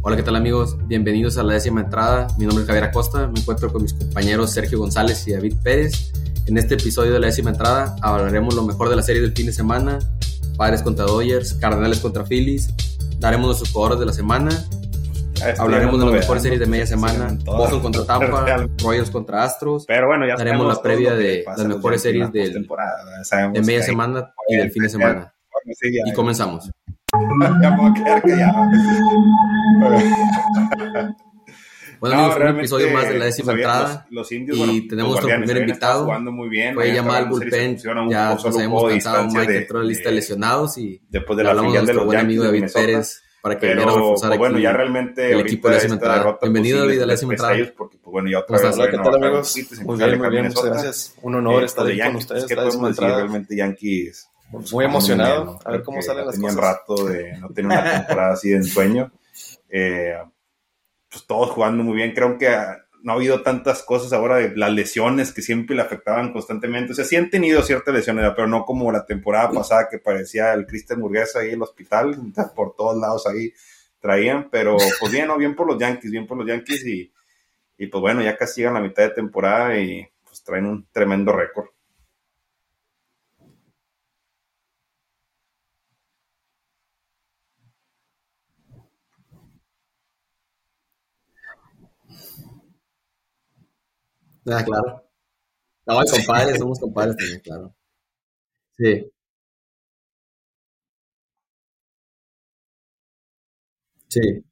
Hola, ¿qué tal amigos? Bienvenidos a la 10ª entrada. Mi nombre es Javier Acosta. Me encuentro con mis compañeros Sergio González y David Pérez. En este episodio de la 10ª entrada hablaremos lo mejor de la serie del fin de semana: Padres contra Dodgers, Cardenales contra Phillies. Daremos nuestros jugadores de la semana. Hablaremos de las mejores series de media semana: Boston contra Tampa, Royals contra Astros. Pero bueno, ya daremos la previa de las mejores series de media semana y del fin de semana. Y comenzamos. Ya me voy a quedar callado. Bueno, amigos, un episodio más de la 10ª entrada. Los indios, y tenemos nuestro primer invitado. Muy bien, fue llamado al bullpen. Ya nos habíamos cansado. Mike entró en la lista de lesionados. Y después de la final de los buen Yankees amigo David Pérez para que viniera a reforzar aquí. Bueno, ya realmente el equipo de la 10ª entrada. Bienvenido, David, a la 10ª entrada. Porque, pues, bueno, ya otra vez. Hola, ¿qué tal, amigos? Muy bien, muchas gracias. Un honor estar aquí con ustedes. ¿Qué podemos decir? Realmente Yankees. Muy emocionado a ver cómo salen las cosas. Tenía un rato de no tener una temporada así de ensueño. Pues todos jugando muy bien. Creo que no ha habido tantas cosas ahora de las lesiones que siempre le afectaban constantemente. O sea, sí han tenido ciertas lesiones, pero no como la temporada pasada que parecía el Cristian Murgueza ahí en el hospital. Por todos lados ahí traían. Pero pues bien, ¿no? Bien por los Yankees. Y pues bueno, ya casi llegan la mitad de temporada y pues traen un tremendo récord. Claro. No, compadres, somos compadres también, claro. Sí. Sí.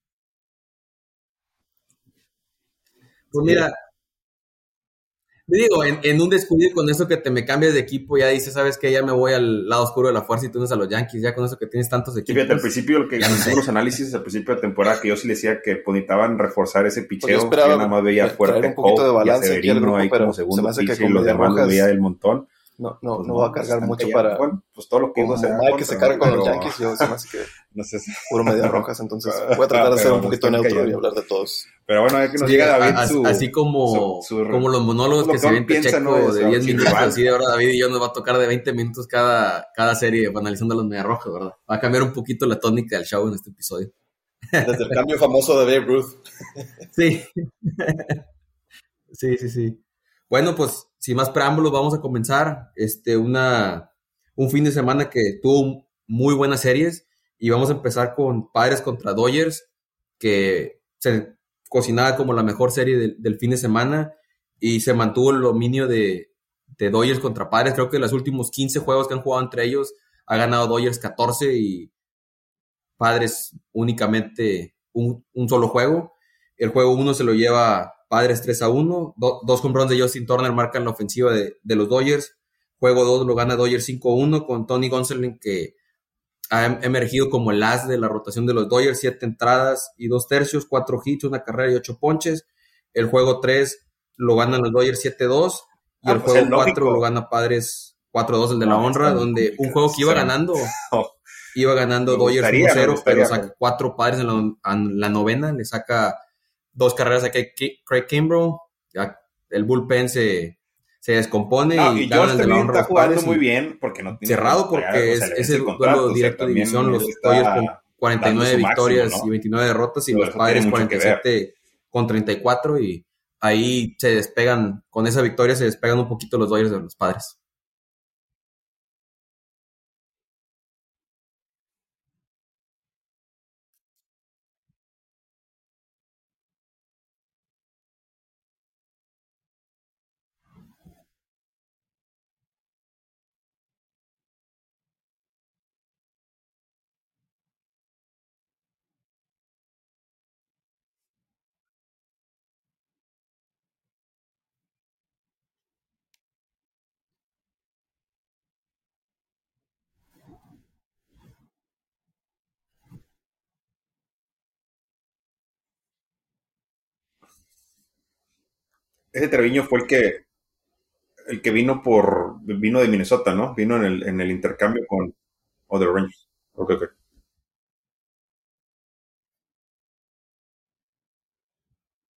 Pues mira, te digo, en un descuido con eso que te me cambias de equipo, ya dices, ¿sabes qué? Ya me voy al lado oscuro de la fuerza y tú unes a los Yankees, ya con eso que tienes tantos equipos. Fíjate, al principio, lo que hicimos los análisis al principio de temporada, que yo sí le decía que pues, necesitaban reforzar ese picheo, pues yo nada más veía fuerte un poquito de balance y a Severino ahí como segundo piso y los demás lo veía del montón. No va a cargar mucho para... Bueno, pues todo lo que como Mike que se carga con los Yankees, yo se me hace que no sé, puro medias rojas, entonces voy a tratar de ser un poquito neutro y hablar de todos. Pero bueno, a ver que nos llega David así como los monólogos que se ven Checo, ¿no? De 10 minutos, así de ahora David y yo nos va a tocar de 20 minutos cada serie analizando los medias rojas, ¿verdad? Va a cambiar un poquito la tónica del show en este episodio. Desde el cambio famoso de Babe Ruth. Sí. Sí. Bueno, pues sin más preámbulos vamos a comenzar un fin de semana que tuvo muy buenas series y vamos a empezar con Padres contra Dodgers, que se cocinaba como la mejor serie del fin de semana y se mantuvo el dominio de Dodgers contra Padres. Creo que los últimos 15 juegos que han jugado entre ellos ha ganado Dodgers 14 y Padres únicamente un solo juego. El juego 1 se lo lleva Padres 3-1, dos home runs de Justin Turner marcan la ofensiva de los Dodgers. Juego 2 lo gana Dodgers 5-1 con Tony Gonsolin, que ha emergido como el as de la rotación de los Dodgers, 7 entradas y 2 tercios, 4 hits, 1 carrera y 8 ponches. El juego 3 lo ganan los Dodgers 7-2 y el juego 4 lo gana Padres 4-2, el de la honra, donde un juego que iba ganando Dodgers 1-0, pero saca 4 Padres en la novena, le saca 2 carreras a Craig Kimbrell, el bullpen se descompone y ganan el de la honra. Está jugando muy bien porque no tiene cerrado porque es el duelo directo de división, los Dodgers con 49 victorias máximo, ¿no? Y 29 derrotas y los Padres 47 con 34 y ahí se despegan, con esa victoria se despegan un poquito los Dodgers de los Padres. Ese Treviño fue el que vino de Minnesota, ¿no? Vino en el intercambio con The Rangers. Okay.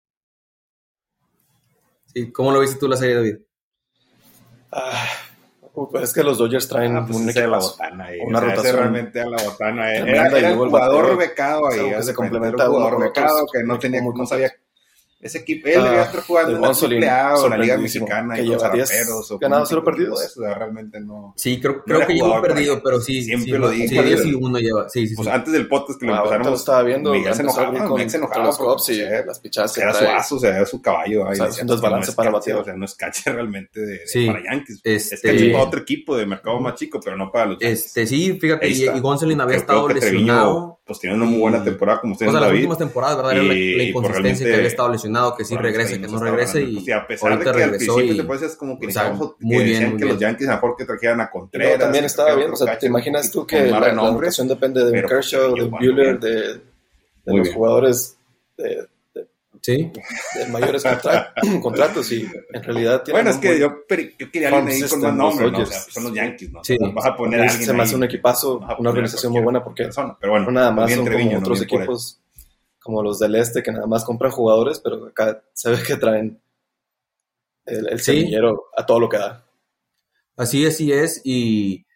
Sí, ¿cómo lo viste tú la serie, David? Pues es que los Dodgers traen un equipo la botana ahí. Una rotación realmente a la botana. Era el jugador becado ahí. Que se complementa un jugador becado que no sabía. Ese equipo, él debería estar jugando en la AAA o en la Liga Mexicana y con Zaraperos o ganado 0 perdidos. Eso, realmente no. Sí, creo que llevo perdido, pero sí. Siempre lo dije. Sí, 10 y 1 lleva. Sí. Pues antes del podcast que lo empezaron. Lo estaba viendo. Miguel se enojaba los Cubs y las pichadas. Era su aso, o sea, era su caballo. O sea, es un desbalance para batear. O sea, no es catcher realmente para Yankees. Es catcher para otro equipo de mercado más chico, pero no para los Yankees. Sí, fíjate, y Gonsolin había estado lesionado. Pues tiene una muy buena temporada, como ustedes David. Las últimas temporadas, ¿verdad? Era la inconsistencia que había estado lesionado, que sí regrese, que no regrese. Y a pesar de que al principio te puedes como que decían que los Yankees a lo mejor que trajeran a Contreras. También estaba bien, o sea, ¿te imaginas tú que la rotación depende de Kershaw, de Buehler, de los jugadores de mayores contratos y en realidad bueno, es que yo quería alguien ahí con más nombre, ¿no? O sea, son los Yankees, ¿no? Sí. Vas a poner a alguien se me hace un equipazo, una organización muy buena porque pero bueno, no nada más son como otros equipos como los del este que nada más compran jugadores, pero acá se ve que traen el semillero a todo lo que da. Así es, y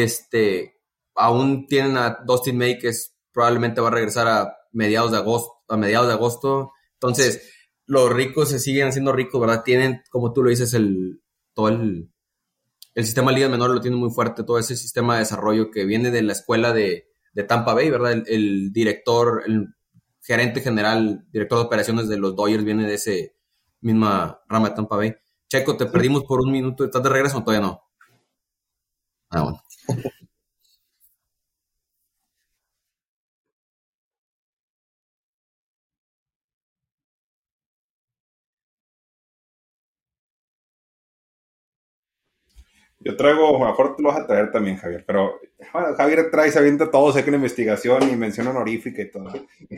aún tienen a Dustin May, que probablemente va a regresar a mediados de agosto. Entonces, los ricos se siguen haciendo ricos, ¿verdad? Tienen, como tú lo dices, todo el sistema de ligas menores lo tiene muy fuerte, todo ese sistema de desarrollo que viene de la escuela de Tampa Bay, ¿verdad? El director, el gerente general, director de operaciones de los Dodgers viene de ese misma rama de Tampa Bay. Checo, te perdimos por un minuto. ¿Estás de regreso o todavía no? Bueno. Yo traigo, a lo mejor te lo vas a traer también, Javier, pero bueno, Javier se avienta todo, sé que una investigación y mención honorífica y todo.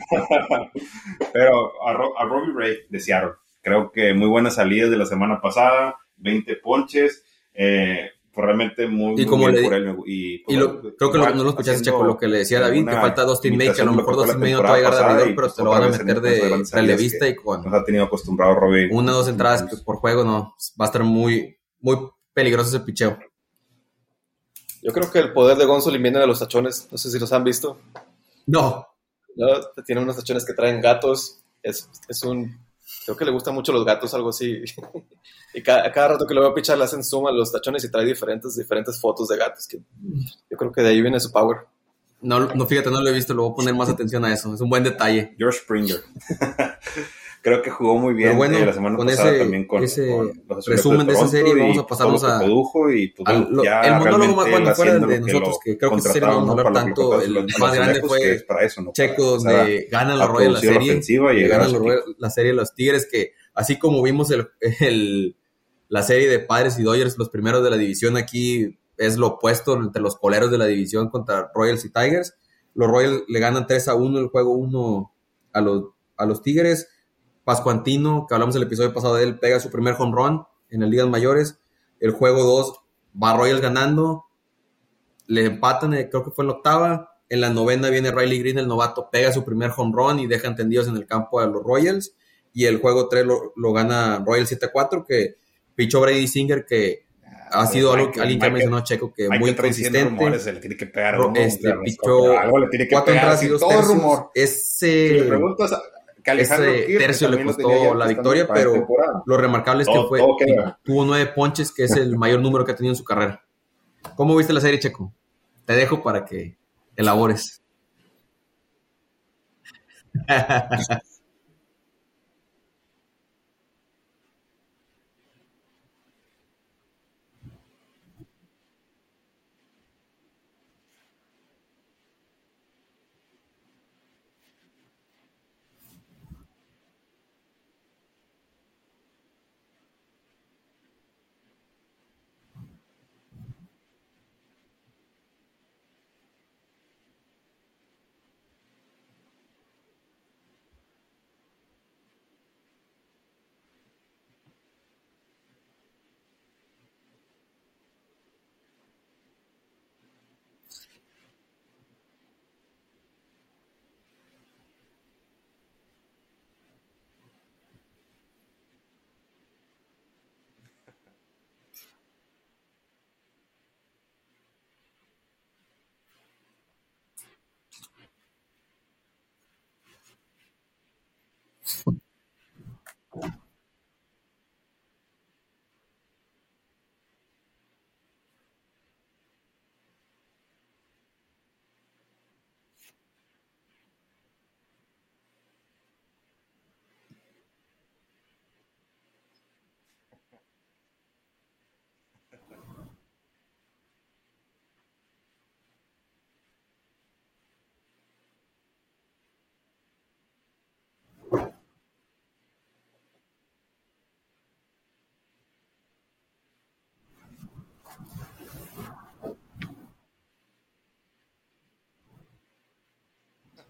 Pero a Robbie Ray de Seattle, creo que muy buenas salidas de la semana pasada, 20 ponches, pues realmente muy bien por él. Creo que no lo escuchaste, Checo, lo que le decía David, que falta Dustin May, que a lo mejor Dustin May no te va a llegar de abridor, pero te lo van a meter de relevista y con... Nos ha tenido acostumbrado Robbie. 1 o 2 entradas por juego, no, va a estar muy, muy peligroso ese picheo. Yo creo que el poder de Gonsolin viene de los tachones, no sé si los han visto. No. Tiene unos tachones que traen gatos, creo que le gustan mucho los gatos, algo así. Y cada rato que lo veo pichar le hacen zoom a los tachones y trae diferentes fotos de gatos. Que yo creo que de ahí viene su power. No, fíjate, no lo he visto, le voy a poner más atención a eso. Es un buen detalle. George Springer. Creo que jugó muy bien. Pero bueno, la semana pasada también con los resumen de esa serie, vamos a pasarnos a... Y pues, el monólogo más bueno fuera de nosotros, que creo que sí no vamos a hablar tanto. El más grande fue Checo, donde ganan los Royals la serie de los Tigres, que así como vimos la serie de Padres y Dodgers, los primeros de la división, aquí es lo opuesto entre los coleros de la división contra Royals y Tigers. Los Royals le ganan 3-1 el juego 1 a los Tigres. Pascuantino, que hablamos el episodio pasado de él, pega su primer home run en las ligas mayores. El juego 2 va Royals ganando, le empatan, creo que fue en la octava. En la novena viene Riley Green, el novato, pega su primer home run y deja entendidos en el campo a los Royals. Y el juego 3 lo gana Royals 7-4, que pichó Brady Singer, que ha sido alguien que ha mencionado Checo, que muy consistente. Pichó 4 entradas y 2 tercios. Si le preguntas ese tercio le costó la victoria, pero lo remarcable es que tuvo 9 ponches, que es el mayor número que ha tenido en su carrera. ¿Cómo viste la serie, Checo? Te dejo para que elabores.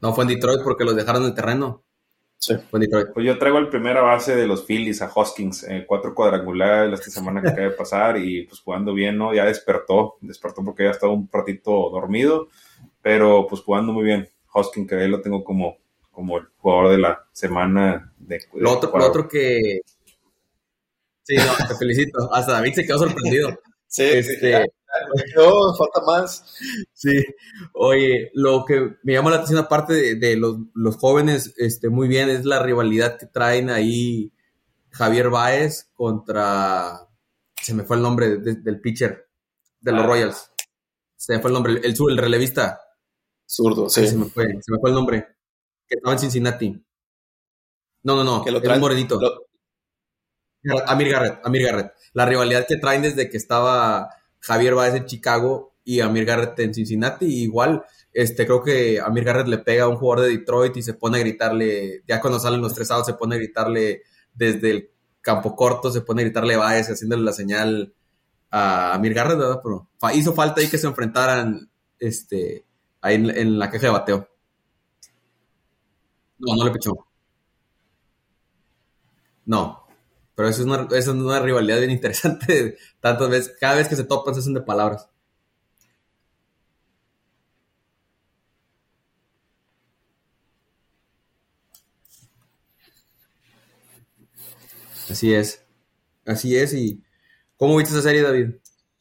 No, fue en Detroit porque los dejaron en el terreno. Sí. Fue en Detroit. Pues yo traigo el primera base de los Phillies a Hoskins, 4 cuadrangulares esta semana que acaba de pasar y pues jugando bien, ¿no? Ya despertó porque ya estaba un ratito dormido, pero pues jugando muy bien. Hoskins, que ahí lo tengo como el jugador de la semana. Lo otro que... Sí, no, te felicito. Hasta David se quedó sorprendido. Sí, no, falta más. Sí, oye, lo que me llama la atención aparte de los jóvenes, muy bien, es la rivalidad que traen ahí Javier Báez contra, se me fue el nombre del pitcher de los Royals, se me fue el nombre, el relevista. Zurdo, sí. Se me fue el nombre, que estaba en Cincinnati. No, que lo el morenito. Amir Garrett. La rivalidad que traen desde que estaba Javier Báez en Chicago y Amir Garrett en Cincinnati, igual, creo que Amir Garrett le pega a un jugador de Detroit y se pone a gritarle, ya cuando salen los 3 outs, se pone a gritarle desde el campo corto, se pone a gritarle Báez, haciéndole la señal a Amir Garrett, ¿verdad? Pero hizo falta ahí que se enfrentaran, ahí en la caja de bateo. No le pichó. No. Pero eso es una rivalidad bien interesante. Tantas veces, cada vez que se topan se hacen de palabras. Así es. ¿Y cómo viste esa serie, David?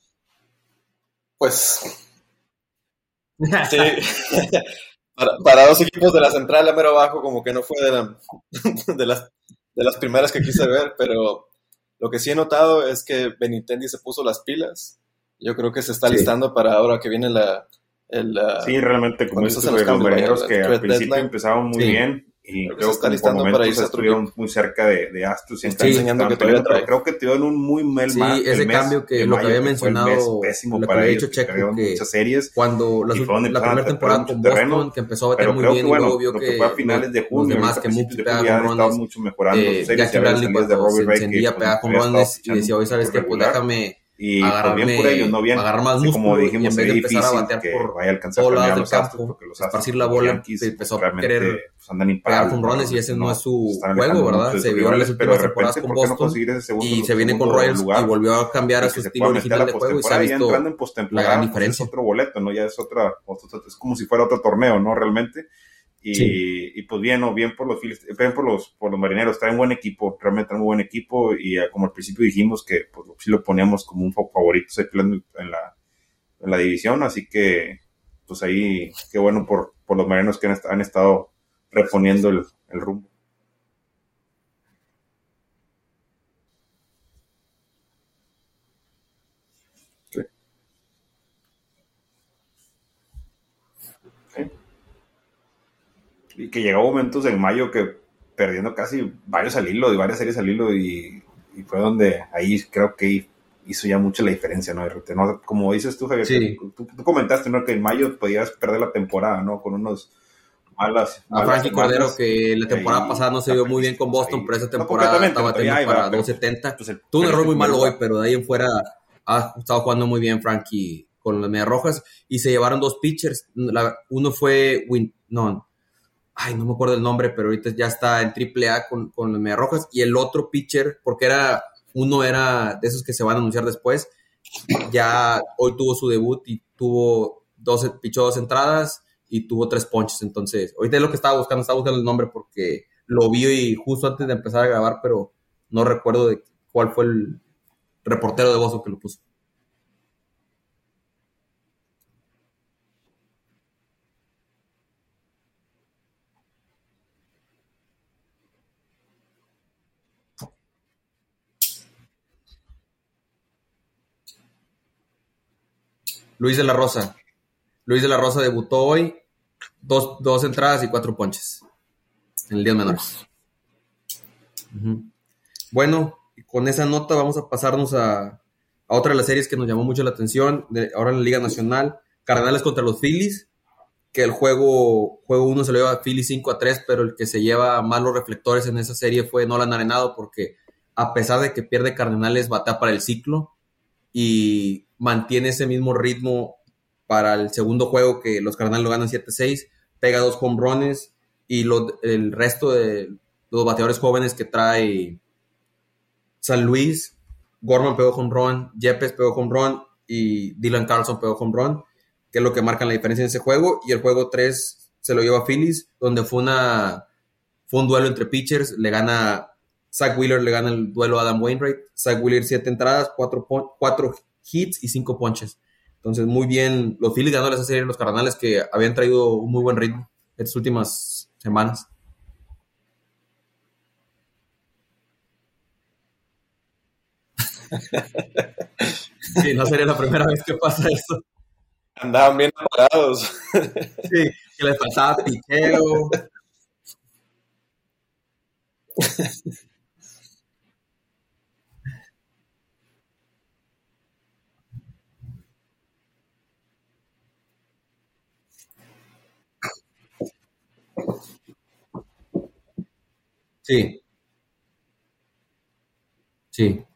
Pues sí. para 2 equipos de la central a mero abajo, como que no fue de las primeras que quise ver, pero lo que sí he notado es que Benintendi se puso las pilas. Yo creo que se está listando para ahora que viene sí, realmente, como dices, los marineros que al principio empezaban muy bien y creo que en momentos estuvieron muy cerca de Astros y está enseñando que todavía trae. Creo que tuvieron un muy mal ese cambio que lo que había mencionado, pésimo para ellos, Checo, que muchas series cuando la primera temporada con Boston, que empezó a bater muy bien, y luego vio que fue a finales de junio, los demás que Mookie pegaba con runs, mucho mejorando, Jackie Bradley cuando se encendía pegaba con runs y decía, hoy sabes que pues déjame y bien por ellos, no bien, agarrar más músculo, como dijimos, y en vez de empezar a batear por todos lados del campo, esparcir la bola, empezó a querer pegar con runs y ese no es su juego, ¿verdad? Se vio en las últimas temporadas con Boston y se viene con Royals y volvió a cambiar a su estilo original de juego y se ha visto la gran diferencia. Es otro boleto, ¿no? Ya es es como si fuera otro torneo, ¿no? Realmente. Y pues bien por los Phillies, bien por los marineros, traen buen equipo, realmente traen un buen equipo y como al principio dijimos que pues sí lo poníamos como un favorito en la división, así que pues ahí qué bueno por los marineros que han estado reponiendo el rumbo. Sí. Y que llegó momentos en mayo que perdiendo casi varias series al hilo y fue donde ahí creo que hizo ya mucho la diferencia, ¿no? ¿No? Como dices tú, Javier, sí. tú comentaste, ¿no? Que en mayo podías perder la temporada, ¿no? Con unos malas a Frankie Cordero, que la temporada pasada no se vio muy bien con Boston, pero esa temporada estaba teniendo para 270. Pues tuvo un error muy malo hoy, pero de ahí en fuera ha estado jugando muy bien Frankie con las Medias Rojas y se llevaron 2 pitchers. Uno fue no me acuerdo el nombre, pero ahorita ya está en AAA con las Medias Rojas, y el otro pitcher, porque uno era de esos que se van a anunciar después, ya hoy tuvo su debut y pichó 2 entradas y tuvo 3 ponches. Entonces, ahorita es lo que estaba buscando el nombre porque lo vi y justo antes de empezar a grabar, pero no recuerdo de cuál fue el reportero de Boston que lo puso. Luis de la Rosa debutó hoy, 2 entradas y 4 ponches en el día menor. Uh-huh. Bueno, con esa nota vamos a pasarnos a otra de las series que nos llamó mucho la atención, ahora en la Liga Nacional, Cardenales contra los Phillies, que el juego 1 se lo lleva a Phillies 5-3, pero el que se lleva más los reflectores en esa serie fue Nolan Arenado, porque a pesar de que pierde Cardenales, batea para el ciclo y mantiene ese mismo ritmo para el segundo juego, que los Cardenales lo ganan 7-6, pega 2 home runs, y el resto de los bateadores jóvenes que trae San Luis, Gorman pegó home run, Yepes pegó home run y Dylan Carlson pegó home run, que es lo que marcan la diferencia en ese juego. Y el juego 3 se lo lleva a Phillies, donde fue un duelo entre pitchers. Le gana Zach Wheeler, le gana el duelo a Adam Wainwright. Zach Wheeler 7 entradas, 4 hits y 5 ponches. Entonces, muy bien, los Phillies ganando esa serie a los Cardenales, que habían traído un muy buen ritmo estas últimas semanas. Sí, no sería la primera vez que pasa eso. Andaban bien apagados. Sí, que les faltaba picheo. Sí. Sí.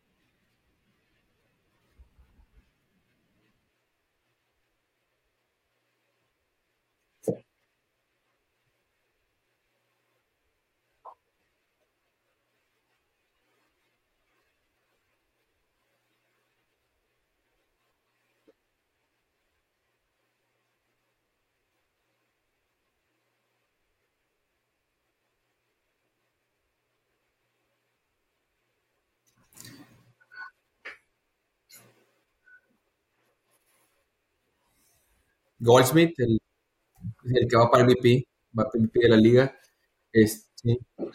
Goldschmidt, el que va para el MVP, va para el MVP de la liga. Sí.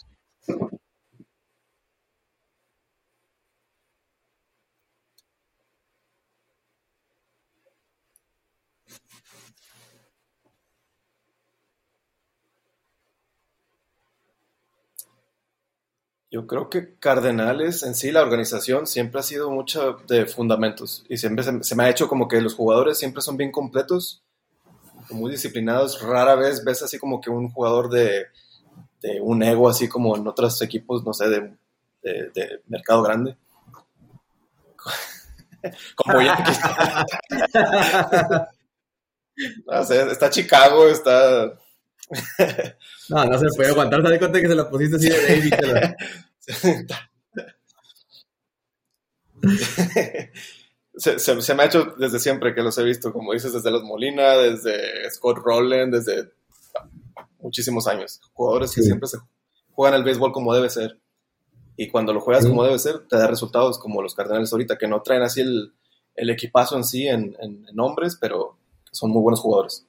Yo creo que Cardenales en sí, la organización siempre ha sido mucho de fundamentos y siempre se me ha hecho como que los jugadores siempre son bien completos, muy disciplinados. Rara vez ves así como que un jugador de un ego así como en otros equipos, no sé, de mercado grande. Como Yankees. No sé, está Chicago, está... No se puede aguantar. ¿Te das cuenta que se la pusiste así de David? Se me ha hecho desde siempre que los he visto, como dices, desde los Molina, desde Scott Rowland, desde muchísimos años. Jugadores que siempre se juegan el béisbol como debe ser. Y cuando lo juegas como debe ser, te da resultados como los Cardenales ahorita, que no traen así el equipazo en sí en nombres, pero son muy buenos jugadores.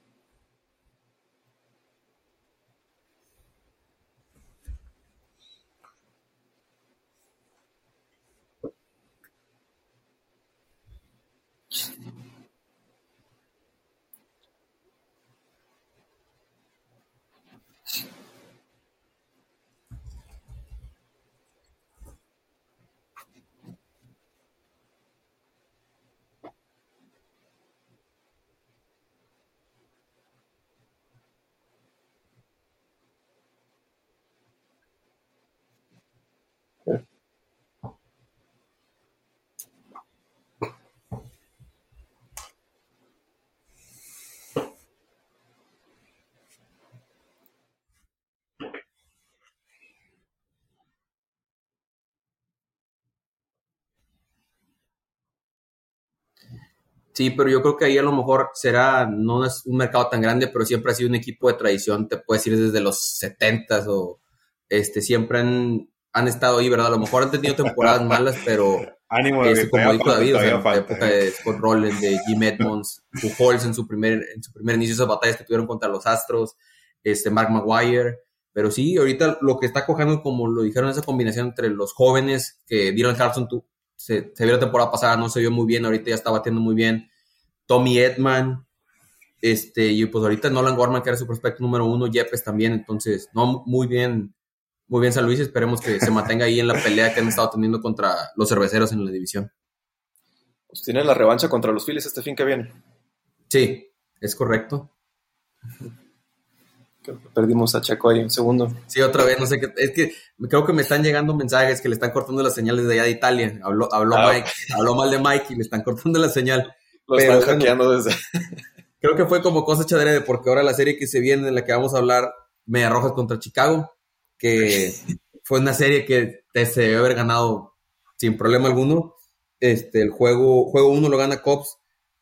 Sí, pero yo creo que ahí a lo mejor no es un mercado tan grande, pero siempre ha sido un equipo de tradición, te puedes decir desde los 70s o siempre han estado ahí, ¿verdad? A lo mejor han tenido temporadas malas, pero ánimo como dijo David, o sea, en la época de Scott Rowland, de Jim Edmonds, Pujols en su primer inicio, esas batallas que tuvieron contra los Astros, Mark Maguire, pero sí, ahorita lo que está cojando, como lo dijeron, esa combinación entre los jóvenes, que Dylan Carlson se vio la temporada pasada, no se vio muy bien, ahorita ya está batiendo muy bien. Tommy Edman, y pues ahorita Nolan Gorman, que era su prospecto número 1, Yepes también, entonces, no, muy bien San Luis, esperemos que se mantenga ahí en la pelea que han estado teniendo contra los cerveceros en la división. Pues tienen la revancha contra los Phillies este fin que viene. Sí, es correcto. Perdimos a Checo ahí un segundo. Sí, otra vez, no sé qué. Es que creo que me están llegando mensajes que le están cortando las señales de allá de Italia. Habló Mike, habló mal de Mike y le están cortando la señal. Lo están hackeando desde. Creo que fue como cosa hecha de adrede, porque ahora la serie que se viene, en la que vamos a hablar, Medias Rojas contra Chicago, que fue una serie que se debe haber ganado sin problema alguno. El juego 1 lo gana Cubs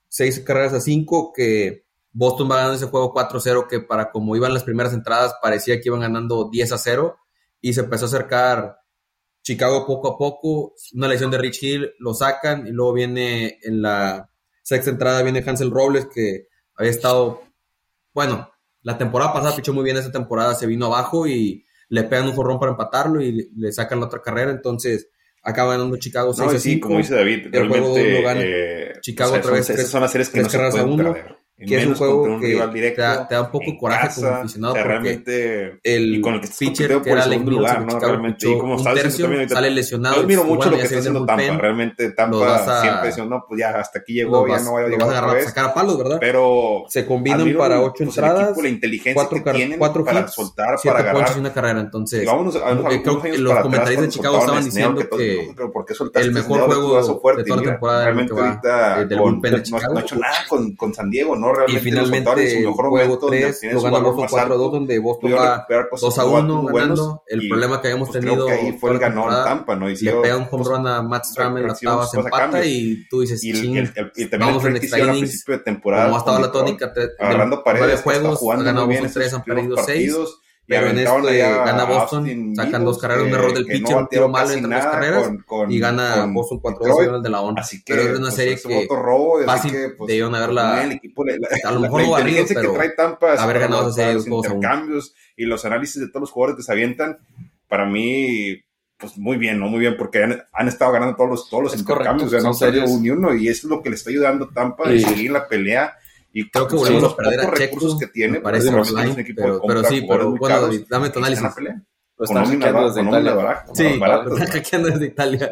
6-5, que Boston va ganando ese juego 4-0, que para como iban las primeras entradas parecía que iban ganando 10-0, y se empezó a acercar Chicago poco a poco. Una lesión de Rich Hill, lo sacan, y luego viene en la sexta entrada viene Hansel Robles, que había estado, bueno, la temporada pasada pichó muy bien, esa temporada se vino abajo y le pegan un jorrón para empatarlo y le sacan la otra carrera, entonces acaba ganando Chicago 6-5. No, sí, como dice David, el juego realmente lo gana Chicago otra vez. Esas son las series que no se pueden perder. Que es un juego que directo, te da un poco de coraje casa, como aficionado, o sea, porque realmente, el con el que pitcher que era Alec lugar, ¿no? Realmente, y como un estás tercio, ahorita, sale lesionado. Yo admiro mucho lo que ya está haciendo Tampa. Realmente Tampa siempre dice, no, pues ya hasta aquí llegó, ya no voy a llegar otra vez. Sacar a palos, ¿verdad? Pero se combinan para 8 entradas, equipo, la inteligencia que tienen para hits, soltar, 7 para ponches y una carrera. Entonces, creo que los comentarios de Chicago estaban diciendo que el mejor juego de toda la temporada realmente ahorita del bullpen de Chicago. No ha hecho nada con San Diego, ¿no? Realmente y finalmente el juego 3 lo gana Boston 4-2, donde Boston va 2-1 ganando. El problema que habíamos tenido ahí fue el ganón Tampa, ¿no? Le pega un home run a Matt Strahm en la octava, se empata y tú dices, y también el extra innings, a principio de temporada, como ha estado la tónica agarrando paredes, juegos, ha ganado Boston 3, han perdido 6. Pero en gana Boston, sacan 2 carreras, un error del pitcher, un tiro malo entre 2 carreras, y gana Boston 4-2 de la ONU. Pero es una serie que fácil debieron haberla, a lo mejor no barrido, pero haber ganado esa serie 2-1. Intercambios y los análisis de todos los jugadores que se avientan, para mí, pues muy bien, ¿no? Muy bien, porque han estado ganando todos los intercambios, o sea, no salió ni uno, y eso es lo que le está ayudando a Tampa a seguir la pelea. Y creo que volvemos a perder a recursos que tiene, parece online, pero sí, pero bueno, David, dame tu análisis. Lo están hackeando desde Italia. Sí, lo están hackeando desde Italia.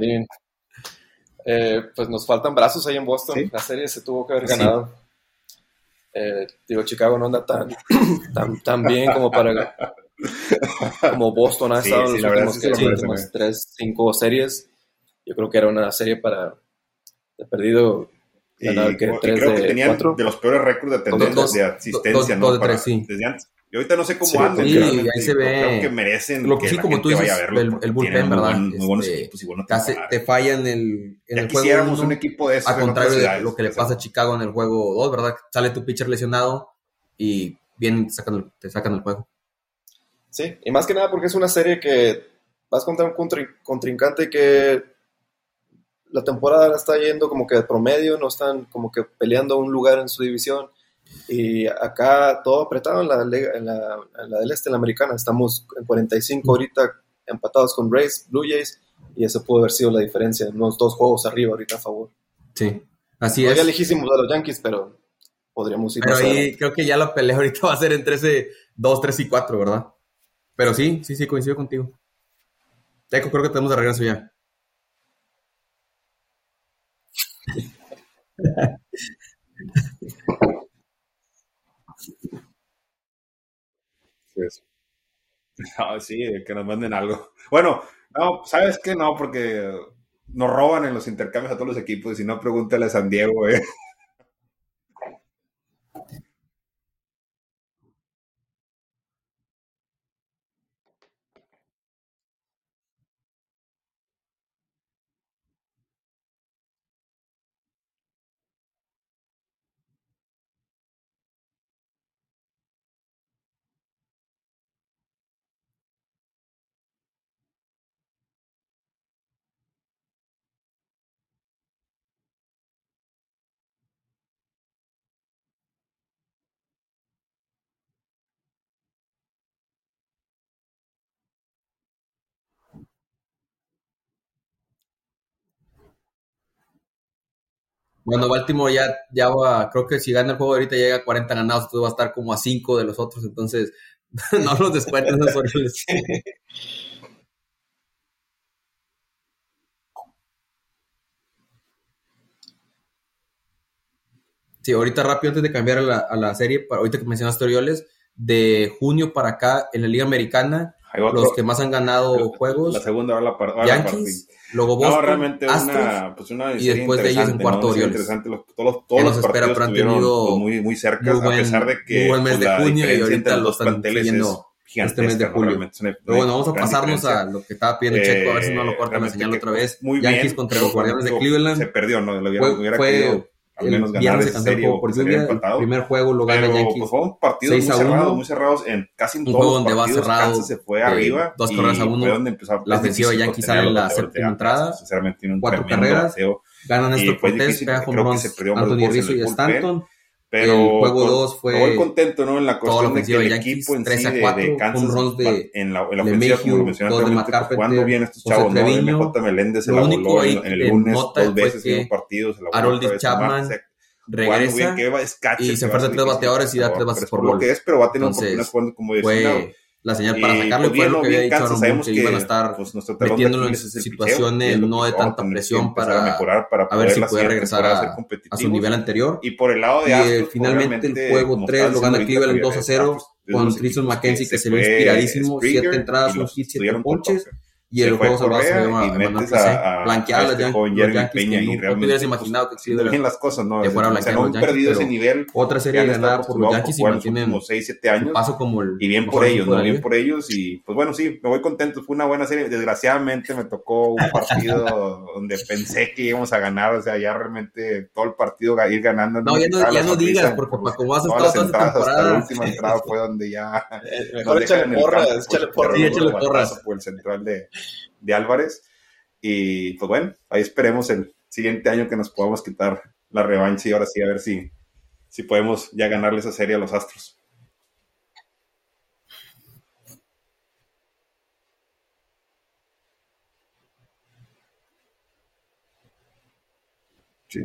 Pues nos faltan brazos ahí en Boston. ¿Sí? La serie se tuvo que haber ganado. Chicago no anda tan bien como como Boston ha estado en los últimos 3-5 series. Yo creo que era una serie para de perdido. Creo que tenían 4. De los peores récords de asistencia, ¿no? Desde antes. Y ahorita no sé cómo andan. Sí, ahí se ve. Creo que merecen lo que sí, como tú dices, vaya a verlo, el bullpen, ¿verdad? Muy buenos equipos y bueno, te falla en el juego. Quisiéramos un equipo de esos. A contrario de lo que le pasa a Chicago en el juego 2, ¿verdad? Sale tu pitcher lesionado y bien te sacan el juego. Sí, y más que nada porque es una serie que vas contra un contrincante que la temporada está yendo como que de promedio, no están como que peleando un lugar en su división, y acá todo apretado en la del este, en la americana, estamos en 45 ahorita empatados con Rays, Blue Jays, y eso pudo haber sido la diferencia, unos 2 juegos arriba ahorita a favor. Sí, así es. Ya lejísimos a los Yankees, pero podríamos ir. Pero ahí creo que ya la pelea ahorita va a ser entre ese 2, 3 y 4, ¿verdad? Pero sí, coincido contigo. Teco, creo que tenemos de regreso ya. Sí, que nos manden algo. Bueno, no, ¿sabes qué? No, porque nos roban en los intercambios a todos los equipos, y si no, pregúntale a San Diego, Bueno, Baltimore ya va, creo que si gana el juego ahorita llega a 40 ganados, entonces va a estar como a 5 de los otros, entonces no los descuenten esos Orioles. Sí, ahorita rápido antes de cambiar a la serie, ahorita que mencionaste Orioles, de junio para acá en la Liga Americana Hay otro, los que más han ganado juegos. La segunda ahora la Yankees, luego Boston, no, realmente Astros, una y después de ellos en cuarto Orioles. Interesante. Todos los partidos estuvieron muy cerca, a pesar de que muy buen mes de junio y ahorita lo están siguiendo este mes de julio. Pero bueno, vamos a pasarnos a lo que estaba pidiendo Checo, a ver si no lo corta la señal otra vez. Yankees contra los Guardianes de Cleveland. Se perdió, ¿no? Fue al menos ganar esa serie por lluvia. El primer juego lo gana Yankees. Pues fueron partidos muy cerrados en casi en un todos juego donde los partidos. va cerrado, Kansas se fue arriba 2-1. La ofensiva de Yankees sale en la séptima entrada. 4 carreras. Ganan Néstor Cortés, pega home runs Anthony Rizzo y Stanton. Pero el juego 2 fue muy contento, ¿no? En la cuestión de que el equipo en sí de Kansas, en la ofensiva, como lo mencionaste, jugando bien estos chavos, ¿no? MJ Meléndez se la voló en el lunes 2 veces en un partido, se la voló Harold Chapman regresa y se enfrenta a 3 bateadores y da 3 bases por bola. Pero va a tener oportunidades jugando como designado. La señal para sacarlo y fue lo que había dicho Aaron Boone, que iban a estar metiéndolo en situaciones no de tanta presión para mejorar, a ver si puede regresar a su nivel anterior. Y por el lado de Astros, finalmente el juego 3 lo gana Cleveland 2-0 con Tristan McKenzie, que se ve inspiradísimo, 7 entradas, un hit, 7 ponches. Y el juego se va a blanquear a los Yankees, que no te hubieras imaginado que sí, bien las cosas, ¿no? De fuera blanquear no han perdido ese nivel. Otra serie ganada por los Yankees y mantienen como 6-7 años. Paso como el y bien por ellos, ¿no? Bien por ellos. Y pues bueno, sí, me voy contento. Fue una buena serie. Desgraciadamente me tocó un partido donde pensé que íbamos a ganar. O sea, ya realmente todo el partido ir ganando. No, ya no digas, porque para como has estado toda esta temporada. La última entrada fue donde ya. Mejor échale porras. Échale porras. Por el central de Álvarez, y pues bueno, ahí esperemos el siguiente año que nos podamos quitar la revancha y ahora sí a ver si podemos ya ganarle esa serie a los Astros. Sí.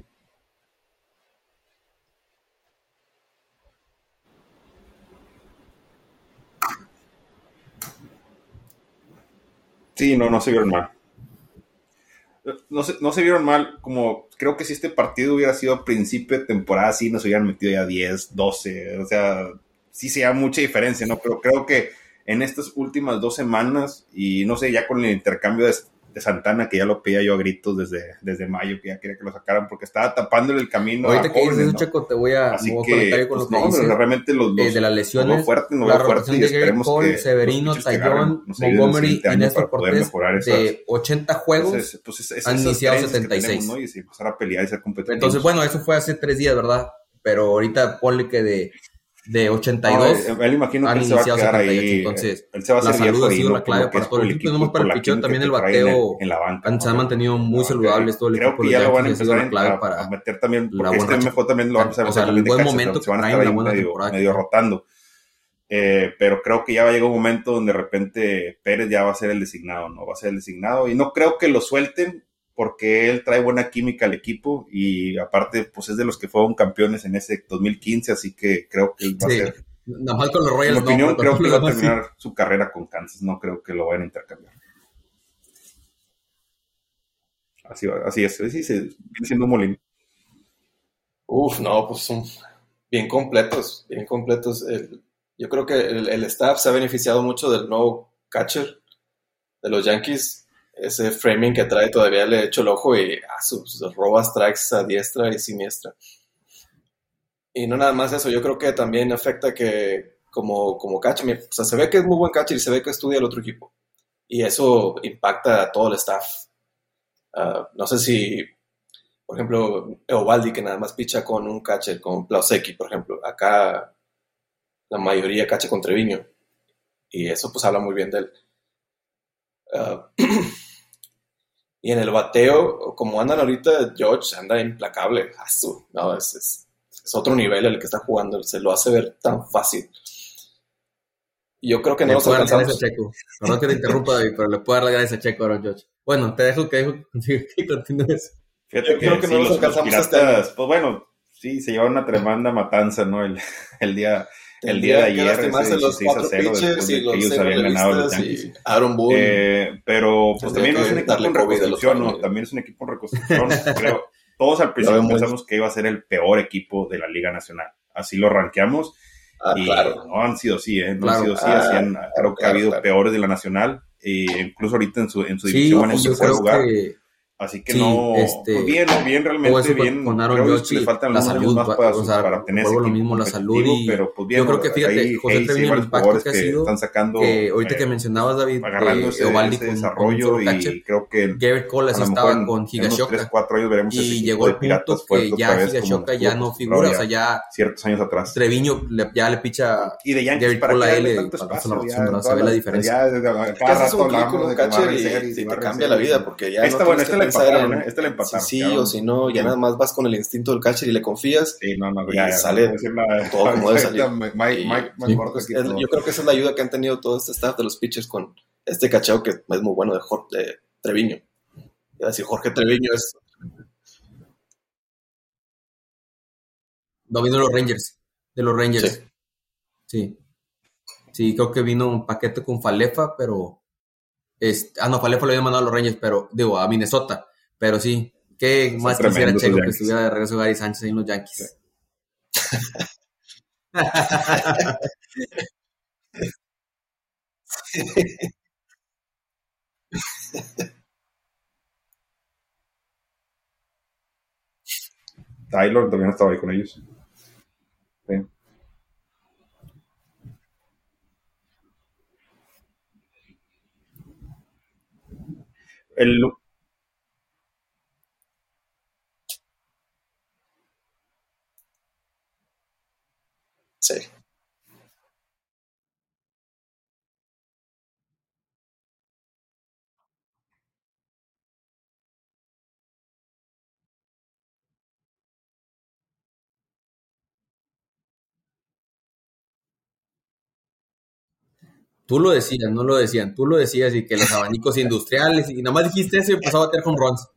Sí, no se vieron mal. No se vieron mal, como creo que si este partido hubiera sido a principio de temporada, sí nos hubieran metido ya 10, 12, o sea, sí se da mucha diferencia, ¿no? Pero creo que en estas últimas 2 semanas, y no sé, ya con el intercambio de Santana, que ya lo pedía yo a gritos desde mayo, que ya quería que lo sacaran, porque estaba tapándole el camino. Ahorita que dices, ¿no? Checo, te voy a conectar con lo que dices. Realmente los de las lesiones, la rotación de Gary Cole, Severino, Tallón, Montgomery y Néstor Cortés, de 80 juegos, han iniciado 76. Tenemos, ¿no? Y si empezar a pelear y ser competitivos. Entonces, bueno, eso fue hace 3 días, ¿verdad? Pero ahorita ponle que de 82 él imagino que han él se va a iniciado quedar 78, ahí, entonces él se va a la salud ha sido ahí, la clave para todo el equipo, no más para el pichón, también el bateo en la banca, se han mantenido muy saludables todo el creo equipo. Creo que ya lo van a empezar la clave para meter también, porque este MJ también lo va a empezar a meter, el buen momento se van a estar medio rotando, pero creo que ya va a llegar un momento donde de repente Pérez ya va a ser el designado, ¿no? Va a ser el designado, y no creo que lo suelten, porque él trae buena química al equipo, y aparte, pues es de los que fueron campeones en ese 2015, así que creo que él va a ser. Nada más con los Royals, en mi opinión, creo que va a terminar su carrera con Kansas. No creo que lo vayan a intercambiar. Así es. Sí, viene siendo un molino. No, pues son bien completos. Yo creo que el staff se ha beneficiado mucho del nuevo catcher de los Yankees. Ese framing que trae todavía le he hecho el ojo y roba strikes a diestra y siniestra. Y no nada más eso, yo creo que también afecta que como catcher, o sea, se ve que es muy buen catcher y se ve que estudia el otro equipo. Y eso impacta a todo el staff. No sé si, por ejemplo, Eovaldi, que nada más picha con un catcher, con Plausekki, por ejemplo. Acá la mayoría cacha con Treviño. Y eso pues habla muy bien de él. Y en el bateo, como andan ahorita, George anda implacable. No, es otro nivel el que está jugando, se lo hace ver tan fácil. Y yo creo que no nos alcanzamos. Perdón que te interrumpa, David, pero le puedo dar las gracias a Checo ahora, George. Bueno, te dejo que continúes. Fíjate que creo que no nos alcanzamos piratas, pues bueno, sí, se lleva una tremenda matanza, ¿no? El día de ayer, ese 16-0, después de que ellos habían ganado los Yankees. Aaron Boone. Pero pues también es un equipo en reconstrucción, ¿no? También es un equipo en reconstrucción, creo. Todos al principio pensamos que iba a ser el peor equipo de la Liga Nacional. Así lo rankeamos. y claro. no han sido así, no Claro. han sido así, creo que ha habido peores de la Nacional, e incluso ahorita en su división van en yo tercer creo lugar. que Así que sí, no, pues bien, realmente eso bien. con Aaron Creo Judge, que le faltan la algunos salud, años más para tener ese vuelvo a lo equipo mismo, la salud competitivo, y pero pues bien, yo creo que fíjate, ahí José Hayes y Treviño, el varios impacto jugadores que ha que sido, están sacando, que ahorita que mencionabas, David, agarrando Eovaldi ese con un desarrollo, solo y catcher, creo que Garrett Cole a así lo estaba mejor con en unos Higashoka 3-4 años veremos ese y equipo llegó de el Piratas punto fuerte que otra ya vez, como Higashoka estuvo ya no acostumbrado figura, o sea, ya ciertos años atrás. Treviño ya le picha Y de Yankees, Garrett para Cole que a darle él tanto para darse espacio, la ya razón, ¿no? Se todas ve la las- diferencia. ya Que cada haces rato un clic con hablamos un de que catcher Barry y Seger te Barry cambia la Seger. vida, porque ya Esta, no bueno, tienes que le pensar empataron, en le empataron. si sí o si no, ya nada más vas con el instinto del catcher y le confías. Sí, no, y ya sale no voy a decir nada. todo como debe salir. Mike Y, McCorkle pues, quitó. yo creo que esa es la ayuda que han tenido todo este staff de los pitchers con este cacheo que es muy bueno de Treviño. Iba a decir Jorge Treviño es... No, vino de los Rangers. Sí. Sí, creo que vino un paquete con Falefa, pero... no, Falefa lo habían mandado a los Rangers, pero... Digo, a Minnesota. Pero sí, ¿qué más quisiera Checo que estuviera de regreso Gary Sánchez ahí en los Yankees? Taylor también estaba ahí con ellos. Sí. El, Sí. Tú lo decías, no lo decían. Tú lo decías y que los abanicos industriales y nada más dijiste eso y empezó a bater home runs.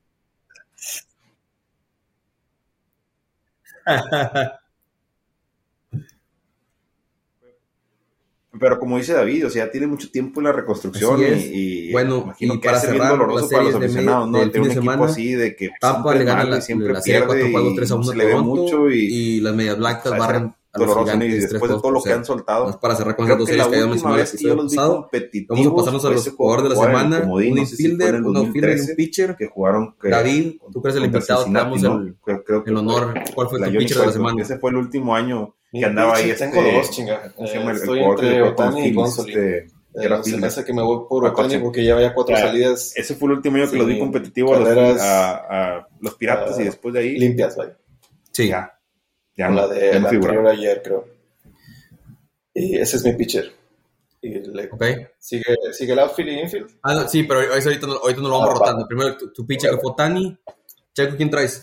Pero como dice David, o sea, ya tiene mucho tiempo en la reconstrucción y bueno, imagino y que hace bien cerrar doloroso las para los series aficionados, ¿no? del Tener un fin de equipo semana, así de que Tampa siempre le gana es malo, siempre la serie pierde 4 juegos 3-1 y a se le ve Toronto mucho y las medias blancas barren a los doloroso, ¿no? Y Gigantes después de todo lo que han soltado. Más para cerrar con Creo esas dos que series la que habíamos última mencionado el vez que yo episodio los vi pasado. competitivos Vamos a pasarnos a fue los ese jugadores de la juego semana, comodín, un no sé si fue en infielder, el un outfielder y un 2013, pitcher. que jugaron David, tú crees el contra invitado, te Cincinnati, damos ¿no? Creo que el honor. ¿Cuál fue tu pitcher de la semana? Ese fue el último año Mi que andaba ahí. pitcher, tengo dos, chinga. ¿Cómo se llama? Estoy jugador que entre le fue con Ohtani y Phillies, Gonsolin. era Se me fielder. hace que me voy por A Ohtani Coche. porque ya había 4 salidas Ese fue el último año que Sí, los vi competitivos carreras, a los Piratas y después de ahí limpias, vaya. Sí. ya Con no, la de ya no la figura. anterior ayer, creo. Y ese es mi pitcher. Y Ok. sigue el outfield y infield. No, sí, pero ahorita no lo vamos rotando. Primero tu pitcher que fue Tani. Checo, ¿quién traes?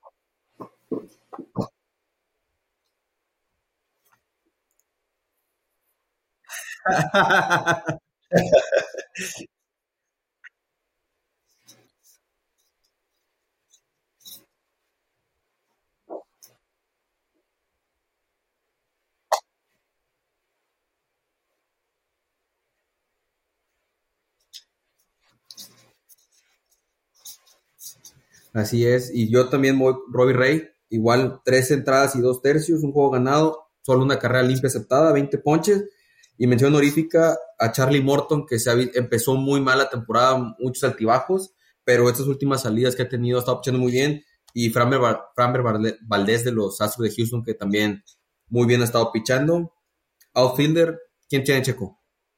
Así es, y yo también voy Robbie Ray, igual 3 entradas y 2 tercios, un juego ganado, solo una carrera limpia aceptada, 20 ponches, y mención honorífica a Charlie Morton, que empezó muy mal la temporada, muchos altibajos, pero estas últimas salidas que ha tenido ha estado pichando muy bien, y Framber Valdez de los Astros de Houston, que también muy bien ha estado pichando. Outfielder, ¿quién tiene, Checo?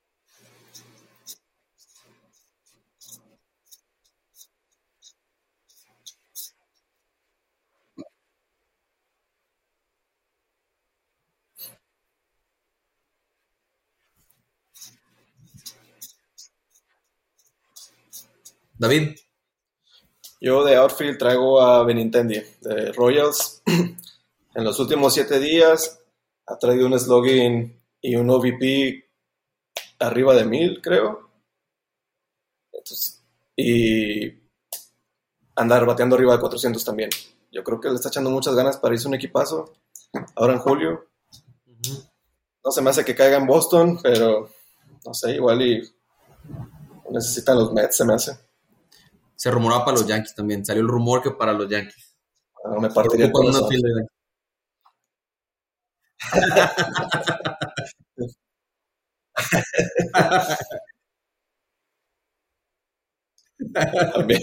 David. Yo de outfield traigo a Benintendi de Royals. En los últimos 7 días ha traído un slugging y un OVP arriba de 1000, creo. Entonces, y andar bateando arriba de 400 también. Yo creo que le está echando muchas ganas para irse un equipazo ahora en julio. No se me hace que caiga en Boston, pero no sé, igual y necesitan los Mets, se me hace. Se rumoraba para los Yankees también. Salió el rumor que para los Yankees. No me partiría el corazón. También.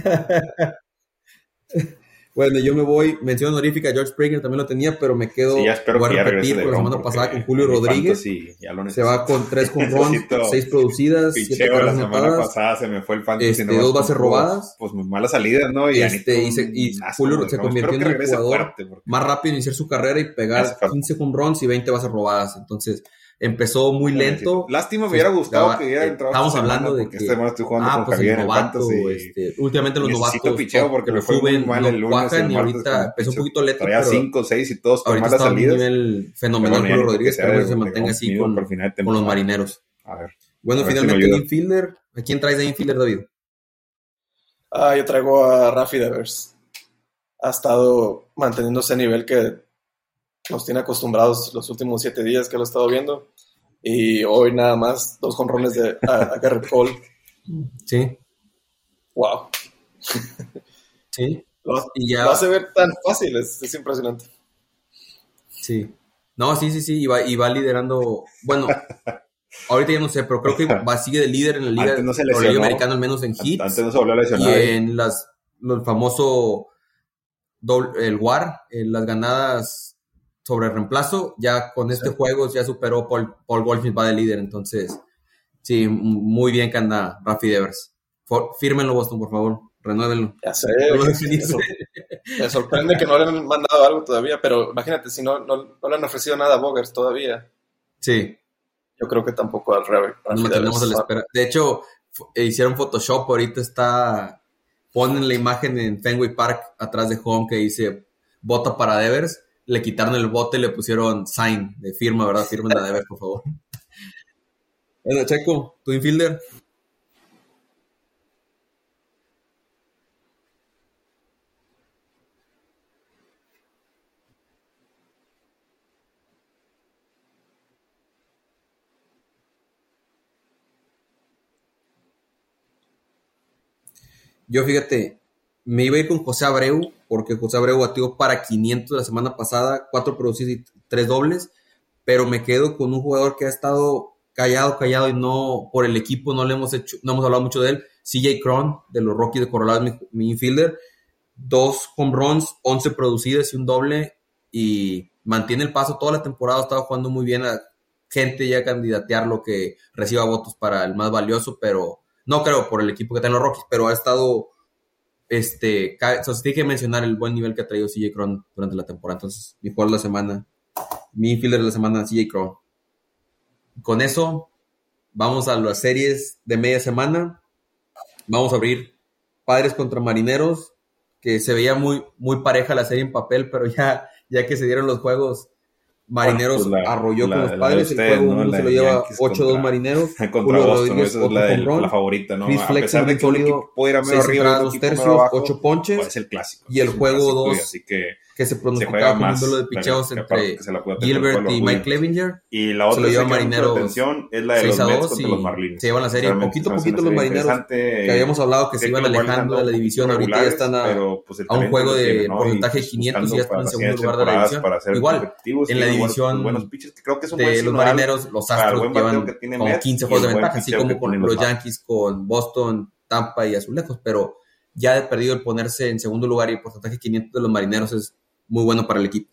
Bueno, yo me voy, mención honorífica, George Springer también lo tenía, pero me quedo, Sí, ya espero voy que a ya repetir regrese por la LeBron, semana pasada porque con Julio en mi Rodríguez. fantasy ya lo Se va con 3 home runs, Necesito 6 producidas, 7 picheo. La carreras semana anotadas, pasada se me fue el fantasy 2 bases robadas. pues muy malas salidas, ¿no? Y Y Julio se convirtió en el jugador fuerte, más rápido en iniciar su carrera y hace pegar falta. 15 home runs y 20 bases robadas. Entonces, empezó muy lento. Lástima, me hubiera gustado que hubiera entrado Estamos esta hablando semana, de porque que esta semana estoy jugando con pues Javier el en el novato, fantasy. últimamente los Necesito novatos picheo porque me fue muy suben, mal no el lunes cuajan, y y el martes ahorita con el empezó un picheo. poquito lento, Traía pero 5, 6 y todos con ahorita malas está a un salidas. nivel fenomenal Julio Rodríguez, que se mantenga así con los marineros. A ver. Bueno, A ver si finalmente me ayuda. infielder. ¿A quién traes de infielder, David? Yo traigo a Rafi Devers. Ha estado manteniéndose a nivel que nos tiene acostumbrados los últimos 7 días que lo he estado viendo. Y hoy nada más 2 jonrones a Garrett Cole. Sí. Wow. Sí. Y ya... Lo hace ver tan fácil, es impresionante. Sí. No, sí. Y va liderando. Bueno, ahorita ya no sé, pero creo que sigue de líder en la liga, no la liga americana, al menos en hits. Antes no se volvió a lesionar. Y en el famoso el WAR, en las ganadas sobre reemplazo, ya con este juego ya superó Paul Goldschmidt, va de líder. Entonces, sí, muy bien que anda Rafi Devers. Fírmenlo, Boston, por favor. Renuévenlo. Ya sé. Me sorprende que no le han mandado algo todavía, pero imagínate, si no le han ofrecido nada a Bogaerts todavía. Sí. Yo creo que tampoco al Rafi Nos mantenemos a la espera. De hecho, hicieron Photoshop, ahorita ponen la imagen en Fenway Park atrás de home que dice vota para Devers. Le quitaron el bote y le pusieron sign de firma, ¿verdad? Firmen a Devers, por favor. Bueno, Checo, tu infielder. Yo, fíjate, me iba a ir con José Abreu, porque José Abreu batió para 500 la semana pasada, 4 producidos y 3 dobles, pero me quedo con un jugador que ha estado callado y no, por el equipo no hemos hablado mucho de él, CJ Cron, de los Rockies de Colorado, mi infielder, 2 home runs, 11 producidas y un doble, y mantiene el paso toda la temporada, ha estado jugando muy bien, a gente ya candidatear lo que reciba votos para el más valioso, pero no creo por el equipo que está en los Rockies, pero ha estado, tiene que mencionar el buen nivel que ha traído CJ Cron durante la temporada. Entonces, mi jugador de la semana, mi infielder de la semana, CJ Cron. Con eso, vamos a las series de media semana. Vamos a abrir Padres contra Marineros, que se veía muy, muy pareja la serie en papel, pero ya que se dieron los juegos, Marineros arrolló con los Padres, el juego, ¿no? Se lo lleva 8-2 Marineros. Contra Boston, esa es la favorita, ¿no? Chris A Flex pesar de que un equipo puede ir a medio arriba, 2 tercios, 8 ponches. Pues es el clásico. Y el juego 2, así que se pronosticaba con un duelo de picheos entre Gilbert y Mike Clevinger. Y la otra se lo lleva Marineros es la de los Mets contra los Marlins. Se llevan la serie poquito a poquito los Marineros, que habíamos hablado que se iban alejando de la división. Ahorita ya están a un juego de porcentaje 500 y ya están en segundo lugar de la división. Igual, en la división de los Marineros, los Astros llevan como 15 juegos de ventaja, así como con los Yankees, con Boston, Tampa y Azulejos, pero ya de perdido el ponerse en segundo lugar y el porcentaje 500 de los Marineros es muy bueno para el equipo.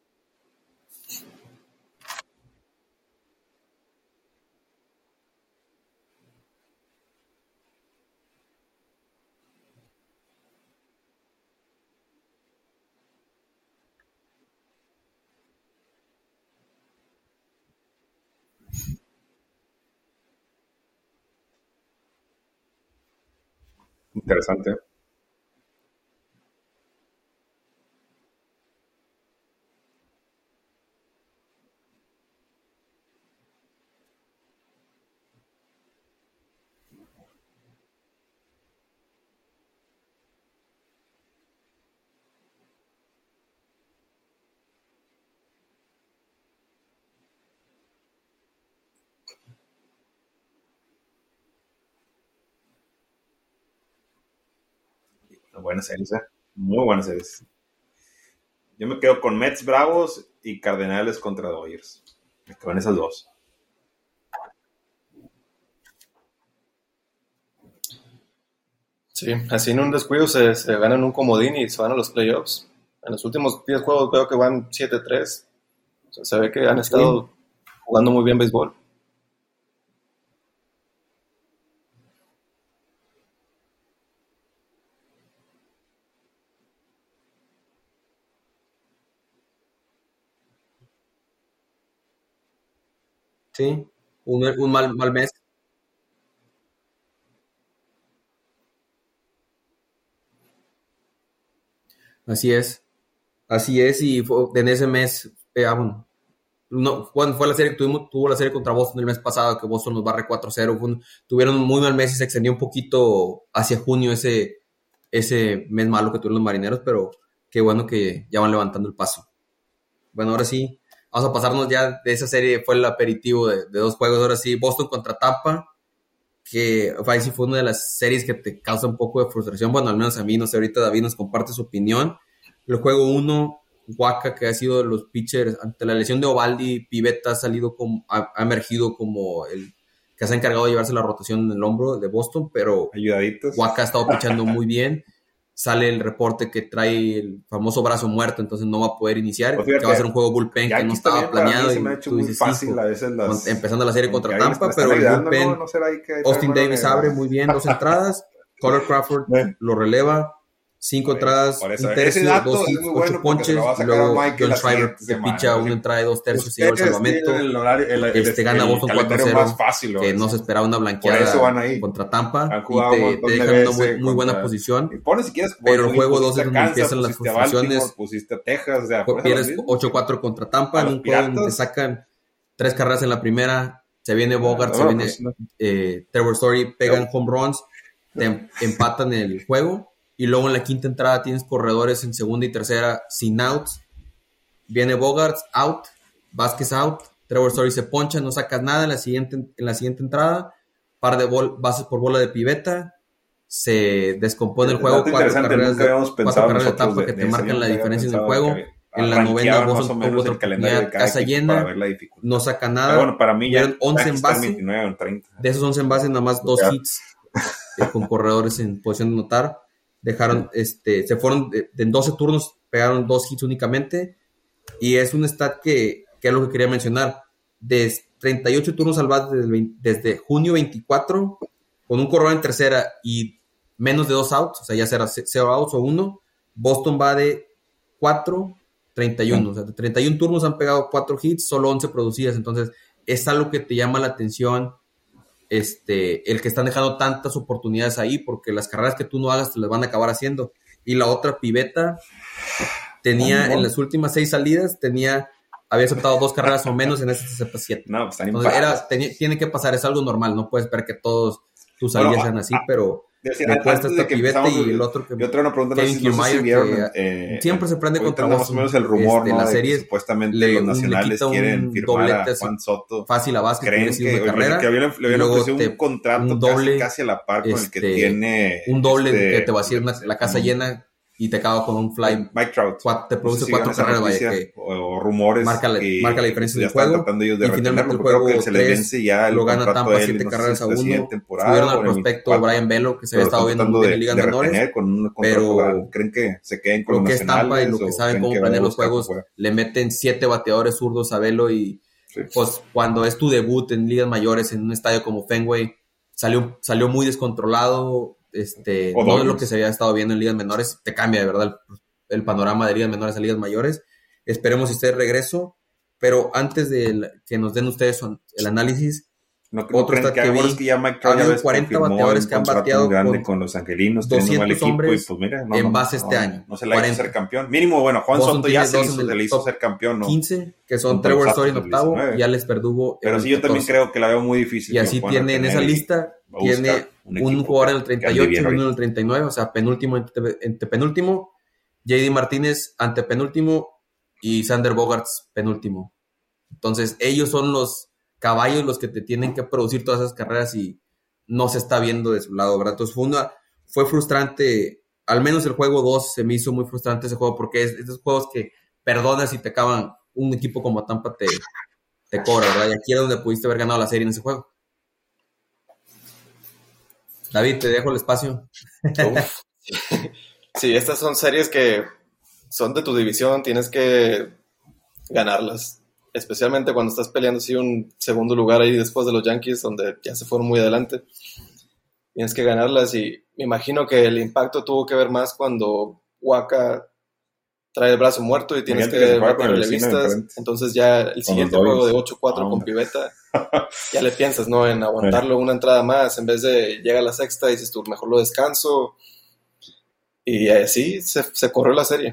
Interesante. Buenas series, muy buenas series. Yo me quedo con Mets Bravos y Cardenales contra Dodgers. Que van esas dos. Sí, así en un descuido se ganan un comodín y se van a los playoffs. En los últimos 10 juegos veo que van 7-3. O sea, se ve que han estado jugando muy bien béisbol. Sí, un mal mes. Así es. Así es, y en ese mes, bueno, no, cuando fue la serie, tuvo la serie contra Boston el mes pasado, que Boston nos barre 4-0, tuvieron un muy mal mes y se extendió un poquito hacia junio ese mes malo que tuvieron los Marineros, pero qué bueno que ya van levantando el paso. Bueno, ahora sí, vamos a pasarnos ya de esa serie, fue el aperitivo de dos juegos, ahora sí, Boston contra Tampa, que ahí sí fue una de las series que te causa un poco de frustración, bueno, al menos a mí, no sé, ahorita David nos comparte su opinión. El juego 1, Waka, que ha sido de los pitchers, ante la lesión de Ovaldi, Pivetta ha emergido como el que se ha encargado de llevarse la rotación en el hombro de Boston, pero ayudaditos. Waka ha estado pitchando muy bien. Sale el reporte que trae el famoso brazo muerto, entonces no va a poder iniciar, pues fíjate, que va a ser un juego bullpen que no estaba planeado. Se me ha hecho muy fácil a veces empezando la serie contra Tampa, pero el bullpen, Austin Davis abre muy bien 2 entradas, Connor Crawford lo releva, 5 entradas, un tercio, 2 hits, 8 ponches, y luego John Schreiber que picha 1 entrada y 2 tercios, se lleva el salvamento, gana Boston 4-0, que no se esperaba una blanqueada contra Tampa, y te dejan en una muy buena posición, pero el juego 2 es donde empiezan las frustraciones, pierdes 8-4 contra Tampa, en un juego donde te sacan 3 carreras en la primera, se viene Bogart, se viene Trevor Story, pegan home runs, te empatan el juego, y luego en la quinta entrada tienes corredores en segunda y tercera sin outs. Viene Bogarts, out. Vázquez, out. Trevor Story se poncha, no sacas nada en la siguiente entrada. Par de bases por bola de Pivetta. Se descompone el juego. 4 carreras de Tampa que te marcan la diferencia en el juego. En la novena Boston tuvo otra oportunidad, casa llena. No saca nada. Bueno, para mí ya 11 en base. De esos 11 en base, nada más 2 hits con corredores en posición de anotar. Dejaron, se fueron en 12 turnos, pegaron 2 hits únicamente, y es un stat que es lo que quería mencionar. De 38 turnos al bate desde junio 24, con un corredor en tercera y menos de 2 outs, o sea, ya será 0 outs o 1, Boston va de 4-31, o sea, de 31 turnos han pegado 4 hits, solo 11 producidas, entonces es algo que te llama la atención. El que están dejando tantas oportunidades ahí, porque las carreras que tú no hagas te las van a acabar haciendo. Y la otra, Pivetta, tenía en las últimas 6 salidas, había aceptado 2 carreras o menos, en esas acepta 7. No, pues entonces tiene que pasar, es algo normal, no puedes esperar que todos tus salidas sean así, pero después está Pivetta y el otro que yo tengo una pregunta, Kevin Kiermaier, siempre se prende contra más o menos el rumor, ¿no? La serie supuestamente los nacionales quieren firmar a Juan Soto fácil a Vázquez, creen que le habían ofrecido un contrato casi a la par con el que tiene un doble que te va a hacer la casa llena y te acaba con un fly. Mike Trout te produce 4 carreras, vaya, que o rumores marca la diferencia del juego, y finalmente el juego que se le vence ya lo gana Tampa 7 carreras a 1. Subieron al prospecto Brian Bello, que se había estado viendo muy bien en ligas menores, pero creen que se queden con lo los que es Tampa y lo que saben cómo planear los juegos, le meten 7 bateadores zurdos a Bello, y pues cuando es tu debut en ligas mayores en un estadio como Fenway, salió muy descontrolado. No es lo que se había estado viendo en ligas menores, te cambia de verdad el panorama de ligas menores a ligas mayores. Esperemos si esté de regreso, pero antes de que nos den ustedes el análisis, otro stat que vi, ha habido 40 bateadores que han bateado con los angelinos, 200 hombres y pues mira, en base este año. No se le hizo ser campeón. Mínimo, bueno, Juan Soto ya se le hizo ser campeón, ¿no? 15, que son Trevor Story en octavo, y Alex Verdugo. Pero sí, yo también creo que la veo muy difícil. Y así tiene en esa lista, tiene un jugador en el 38 y uno en el 39, o sea, penúltimo penúltimo, JD Martínez antepenúltimo y Sander Bogarts penúltimo. Entonces, ellos son los caballos los que te tienen que producir todas esas carreras y no se está viendo de su lado, ¿verdad? Entonces fue frustrante, al menos el juego 2 se me hizo muy frustrante ese juego, porque es de esos juegos que perdonas y te acaban un equipo como Tampa te cobra, ¿verdad? Y aquí era donde pudiste haber ganado la serie en ese juego. David, te dejo el espacio. Uf. Sí, estas son series que son de tu división, tienes que ganarlas. Especialmente cuando estás peleando así un segundo lugar ahí después de los Yankees, donde ya se fueron muy adelante. Tienes que ganarlas y me imagino que el impacto tuvo que ver más cuando Waka trae el brazo muerto y tienes que bater relevistas. Entonces ya el siguiente juego de 8-4 con Pivetta, ya le piensas, ¿no? En aguantarlo una entrada más, en vez de llega a la sexta y dices tú, mejor lo descanso. Y así se corrió la serie.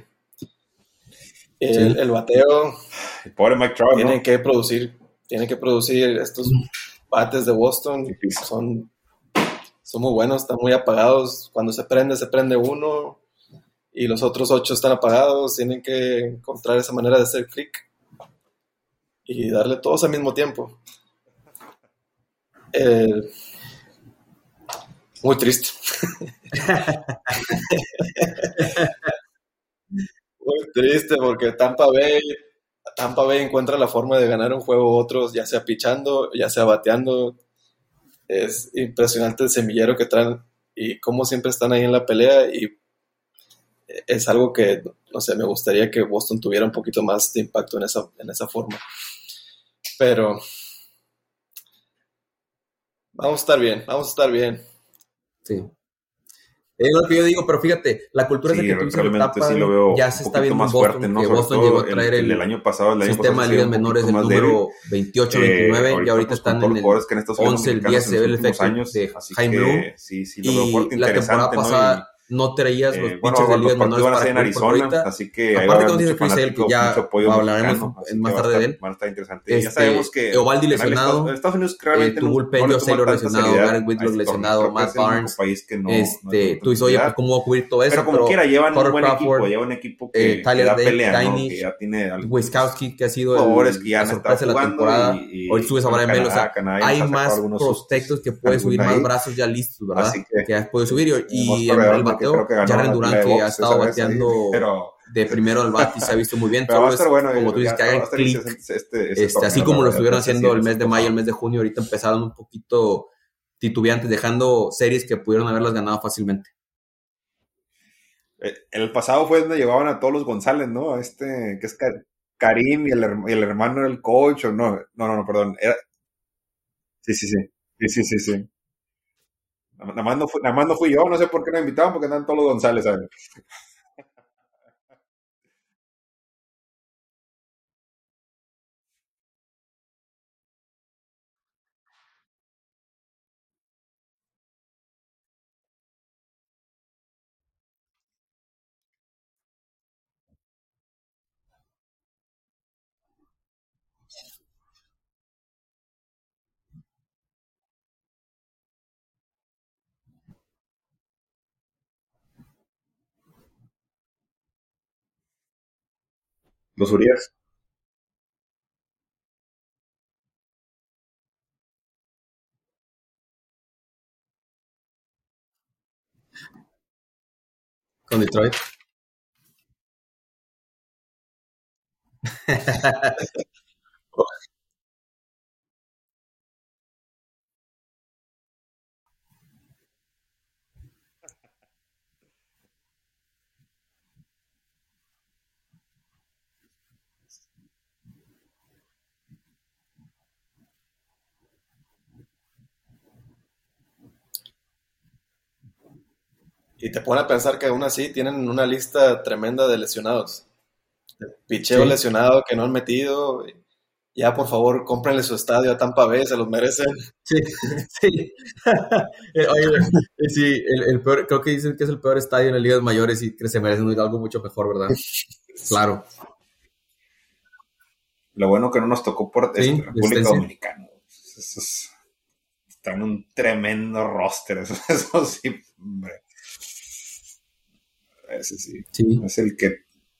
El bateo, el pobre Mike Trout, tienen que producir estos bates de Boston, son muy buenos, están muy apagados. Cuando se prende uno y los otros 8 están apagados, tienen que encontrar esa manera de hacer clic y darle todos al mismo tiempo. Muy triste. Muy triste porque Tampa Bay encuentra la forma de ganar un juego u otro, ya sea pichando, ya sea bateando. Es impresionante el semillero que traen y cómo siempre están ahí en la pelea, y es algo que, no sé, me gustaría que Boston tuviera un poquito más de impacto en esa forma. Pero vamos a estar bien. Sí. Es lo que yo digo, pero fíjate, la cultura sí, esa que tú dices de Tampa sí lo veo ya se está viendo más en Boston, fuerte, ¿no? que Boston llegó a traer el año pasado, sistema de ligas menores del número 28-29, y ahorita pues, están en el 11, el 10, se ve el efecto años, de Jaime Blum, sí, lo veo fuerte, y la temporada pasada no traías los pitchers de ligas menores para en Arizona, ahorita, así que aparte que no tiene Chris Sale, que ya hablaremos más tarde de él. Va a estar interesante. Ya sabemos que Eovaldi lesionado, Estados Unidos realmente tu bullpen, Joe Saylor lesionado, Garrett Whitlock lesionado, Matt Barnes, tú dices, oye, pues cómo va a cubrir todo eso, pero como quiera llevan un buen equipo, que da pelea, ¿no? Que ya tiene Wiskowski, que ha sido la sorpresa de la temporada, hoy subes a Brian Bell, o sea, hay más prospectos que puedes subir, más brazos ya listos, ¿verdad? Que ya puedes subir, y el bateo, Jarren Durán, que ha estado bateando de primero al bat y se ha visto muy bien. Solo es, como tú dices, que hagan clic, así como lo estuvieron haciendo el mes de mayo, el mes de junio. Ahorita empezaron un poquito titubeantes, dejando series que pudieron haberlas ganado fácilmente. El pasado fue donde llevaban a todos los González, ¿no? Que es Karim, y el hermano del coach, o no, perdón. Sí. Nada más no fui yo, no sé por qué no me invitaban, porque andan todos los González, ¿sabes? Los Urias. Con Detroit. Y te pone a pensar que aún así tienen una lista tremenda de lesionados. Picheo lesionado que no han metido. Ya, por favor, cómprenle su estadio a Tampa Bay, se los merecen. Sí. Oye, sí, el peor, creo que dicen que es el peor estadio en las ligas mayores y que se merecen algo mucho mejor, ¿verdad? Claro. Lo bueno que no nos tocó por República Dominicana. Está en un tremendo roster. Eso sí, hombre. Ese sí. Es el que...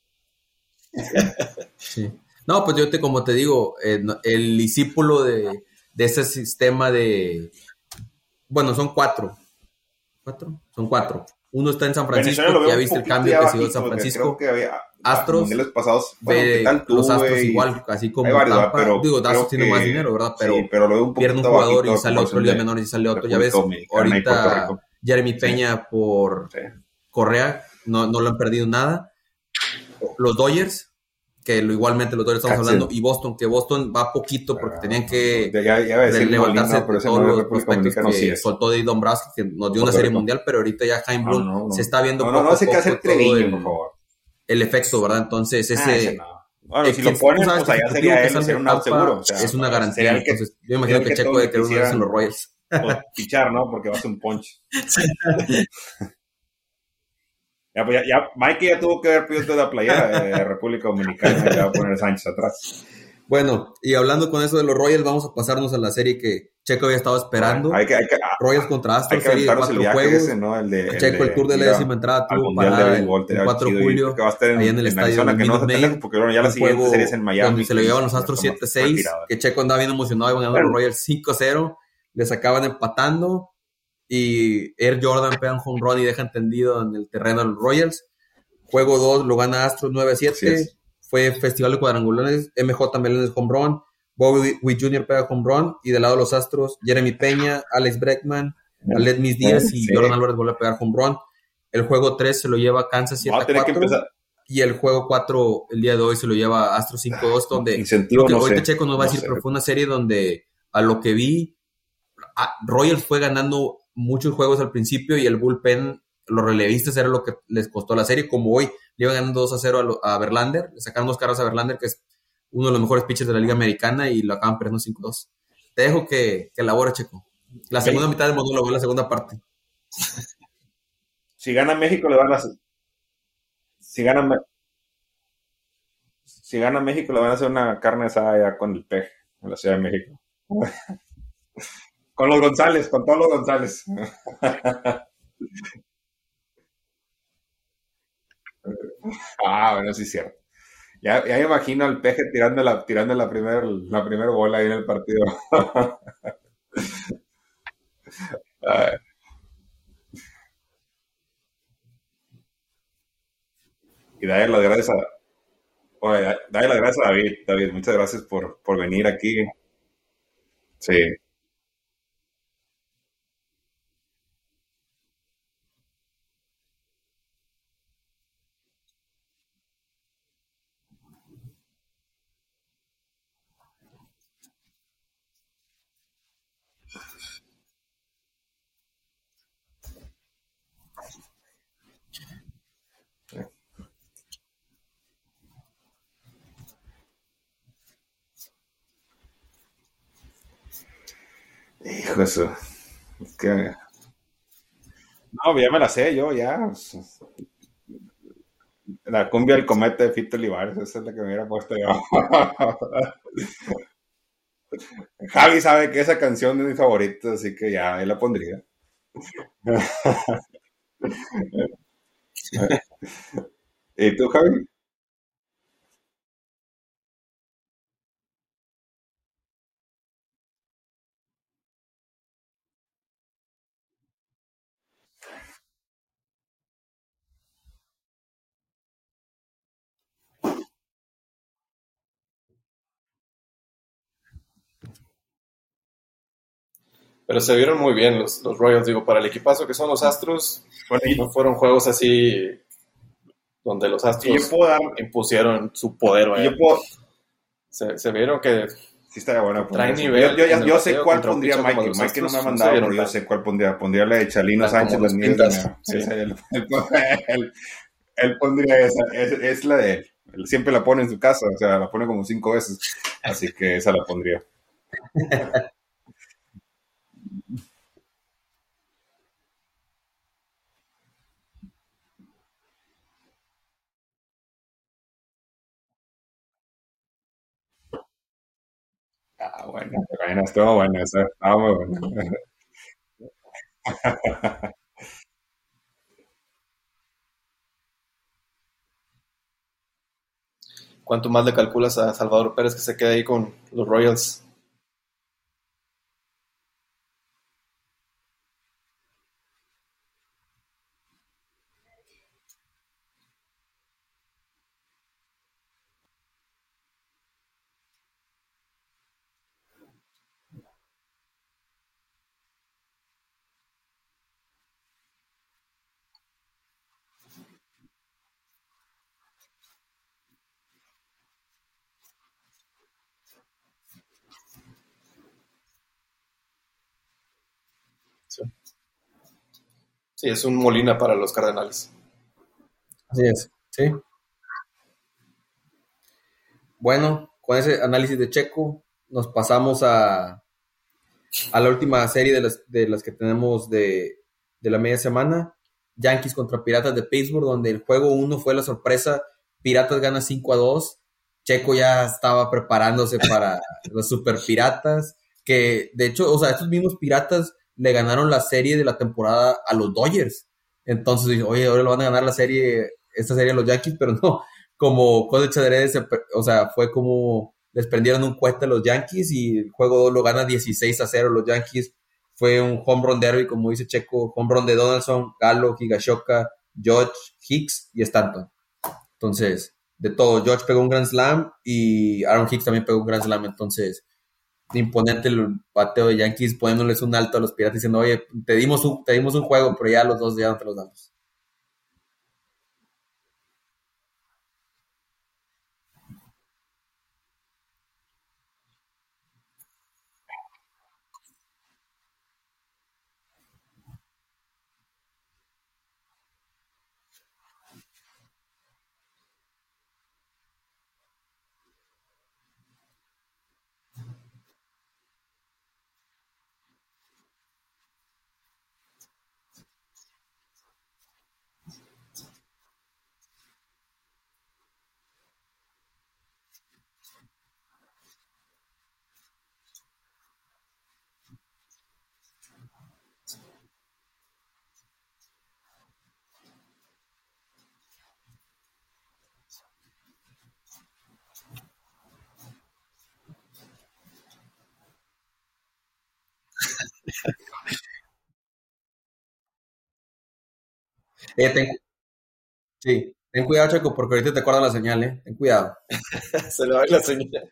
Sí. No, pues yo como te digo, el discípulo de ese sistema de... Bueno, son cuatro. Son cuatro. Uno está en San Francisco, Venezuela lo veo ya un viste el poquito cambio ya que se dio en bajito, San porque Francisco. creo que había Astros, mundiales pasados, bueno, ¿qué ve tal tú, los Astros güey? igual, así como Hay varios, ¿verdad? Tampa. Pero Digo, creo Astros tiene más que dinero, ¿verdad? sí, Pero pero lo veo un pierde un poquito jugador bajito y a sale otro comparación Liga de Menor y sale otro. Ya República ves, Dominicana y Puerto ahorita Rico. Jeremy Sí, Peña por sí. Correa no lo han perdido nada. Los Dodgers, que igualmente los Dodgers estamos Casi. hablando, y Boston, que Boston va poquito porque tenían que Ya iba a decir levantarse Molina, pero de ese todos no es los República prospectos Dominicana, sí que es. soltó Dave Dombrowski, que nos dio una Puerto serie Rico. mundial, pero ahorita ya Chaim Bloom se está viendo No, poco ese a que hace poco el todo Treviño, por favor. el efecto, ¿verdad? Entonces, Ese no. Bueno, si lo tú ponen, sabes pues allá que sería que él, salga sería de un out Tampa seguro. O sea, es una garantía. sería el que, Entonces, yo imagino que Checo de querer una vez en los Royals. Pichar, ¿no? Porque va a ser un punch. Ya, Mikey ya tuvo que haber pedido toda la playera de República Dominicana y le va a poner Sánchez atrás. Bueno, y hablando con eso de los Royals, vamos a pasarnos a la serie que Checo había estado esperando. Royals contra Astros, serie de 4 juegos. Ese, ¿no? Checo, el tour de la 10ª entrada tuvo parada el 4 de julio, que va a estar ahí en el estadio de Minute Maid, porque bueno, ya la siguiente serie es en Miami. donde se lo llevaban los Astros 7-6, que Checo andaba bien emocionado, iban ganando los Royals 5-0, les acaban empatando, y Air Jordan pega un home run y deja entendido en el terreno a los Royals. Juego 2 lo gana Astros 9-7. Fue festival de cuadrangulares. MJ Meléndez home run. Bobby Witt Jr. pega home run. Y del lado de los Astros, Jeremy Peña, Alex Bregman, Aledmys Díaz y Jordan Álvarez vuelve a pegar home run. El juego 3 se lo lleva Kansas 7-4. Y el juego 4 el día de hoy se lo lleva Astros 5-2. Donde creo que ahorita Checo nos va a decir, pero fue una serie donde, a lo que vi, Royals fue ganando muchos juegos al principio y el bullpen, los relevistas, era lo que les costó la serie. Como hoy le iban ganando 2-0 a Verlander, le sacaron 2 carreras a Verlander, que es uno de los mejores pitchers de la Liga Americana, y lo acaban perdiendo 5-2. Te dejo que elabore, Checo. La segunda mitad del monólogo, la segunda parte. Si gana México, le van a hacer. Si gana México, le van a hacer una carne asada allá con el peje en la Ciudad de México. Con los González, con todos los González. Bueno, sí es cierto. Ya me imagino al peje tirando la primer bola ahí en el partido. Y darle las gracias a David. David, muchas gracias por venir aquí. Sí. Hijo de eso. Es que... No, ya me la sé yo, ya. La cumbia del cometa de Fito Olivares, esa es la que me hubiera puesto yo. Javi sabe que esa canción es mi favorita, así que ya, ahí la pondría. ¿Y tú, Javi? Pero se vieron muy bien los Royals, digo, para el equipazo que son los Astros. Bueno, No fueron juegos así donde los Astros impusieron su poder. Se vieron que sí estaría bueno. Trae nivel. Yo sé cuál pondría Mikey. Mikey no me ha mandado, pero yo sé cuál pondría. Pondría la de Chalino Sánchez, las mías. Él pondría esa. Es la de él. Él siempre la pone en su casa. O sea, la pone como 5 veces. Así que esa la pondría. Bueno, estuvo bueno eso. Muy bueno. ¿Cuánto más le calculas a Salvador Pérez que se quede ahí con los Royals? Sí. Sí, es un Molina para los Cardenales. Así es, sí. Bueno, con ese análisis de Checo, nos pasamos a la última serie de las que tenemos de la media semana. Yankees contra Piratas de Pittsburgh, donde el juego 1 fue la sorpresa. Piratas gana 5-2. Checo ya estaba preparándose para los Super Piratas, que de hecho, o sea, estos mismos Piratas le ganaron la serie de la temporada a los Dodgers. Entonces, oye, ahora le van a ganar esta serie a los Yankees, pero no, como cosecha de heredes, o sea, fue como les prendieron un cohete a los Yankees y el juego 2 lo gana 16-0 los Yankees. Fue un home run derby, como dice Checo, home run de Donaldson, Galo, Higashoka, Judge, Hicks y Stanton. Entonces, de todo, Judge pegó un Grand Slam y Aaron Hicks también pegó un Grand Slam. Entonces, imponente el bateo de Yankees poniéndoles un alto a los Piratas diciendo, oye, te dimos un juego, pero ya los dos ya no te los damos. Eh, ten, sí, ten cuidado, Checo, porque ahorita te acuerdas la señal, ¿eh? Ten cuidado. Se le va a ir la señal.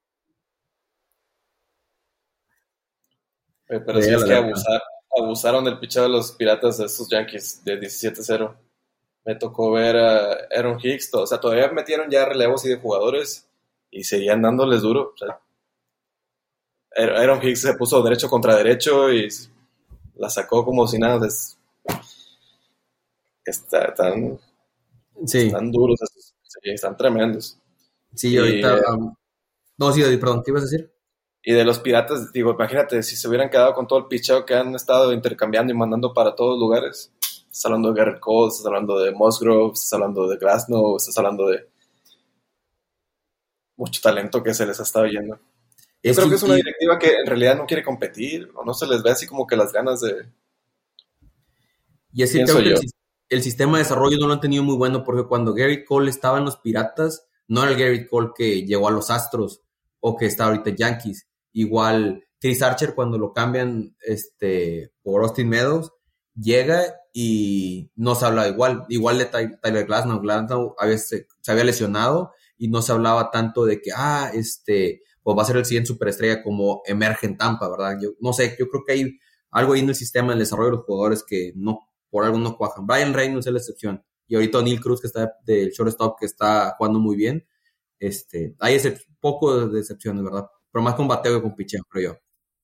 Pero sí Llega es la que alerta. abusaron del picheo de los Piratas de estos Yankees de 17-0. Me tocó ver a Aaron Hicks, o sea, todavía metieron ya relevos y de jugadores y seguían dándoles duro. O sea, Aaron Hicks se puso derecho contra derecho y la sacó como si nada. Están Sí, duros, sí, están tremendos. sí, Y, ahorita. No, sí, perdón, ¿qué ibas a decir? y de los Piratas, digo, imagínate si se hubieran quedado con todo el picheo que han estado intercambiando y mandando para todos lugares. Estás hablando de Garrett Cole, estás hablando de Musgrove, estás hablando de Glasnow, estás hablando de mucho talento que se les ha estado yendo. Yo Es creo que, que es una directiva que en realidad no quiere competir, o no se les ve así como que las ganas de, y es que pienso creo que yo. el sistema de desarrollo no lo han tenido muy bueno, porque cuando Garrett Cole estaba en los Piratas, no era el Garrett Cole que llegó a los Astros o que está ahorita en Yankees. Igual Chris Archer, cuando lo cambian por Austin Meadows, llega y no se habla igual. Igual de Tyler Glasnow. Glasnow se había lesionado y no se hablaba tanto de que, pues va a ser el siguiente superestrella como emerge en Tampa, ¿verdad? Yo no sé, yo creo que hay algo ahí en el sistema, en el desarrollo de los jugadores que no, por algo no cuajan. Brian Reynolds es la excepción. Y ahorita O'Neal Cruz, que está del shortstop, que está jugando muy bien. Hay poco de excepciones, ¿verdad? Pero más con bateo que con picheo, creo yo.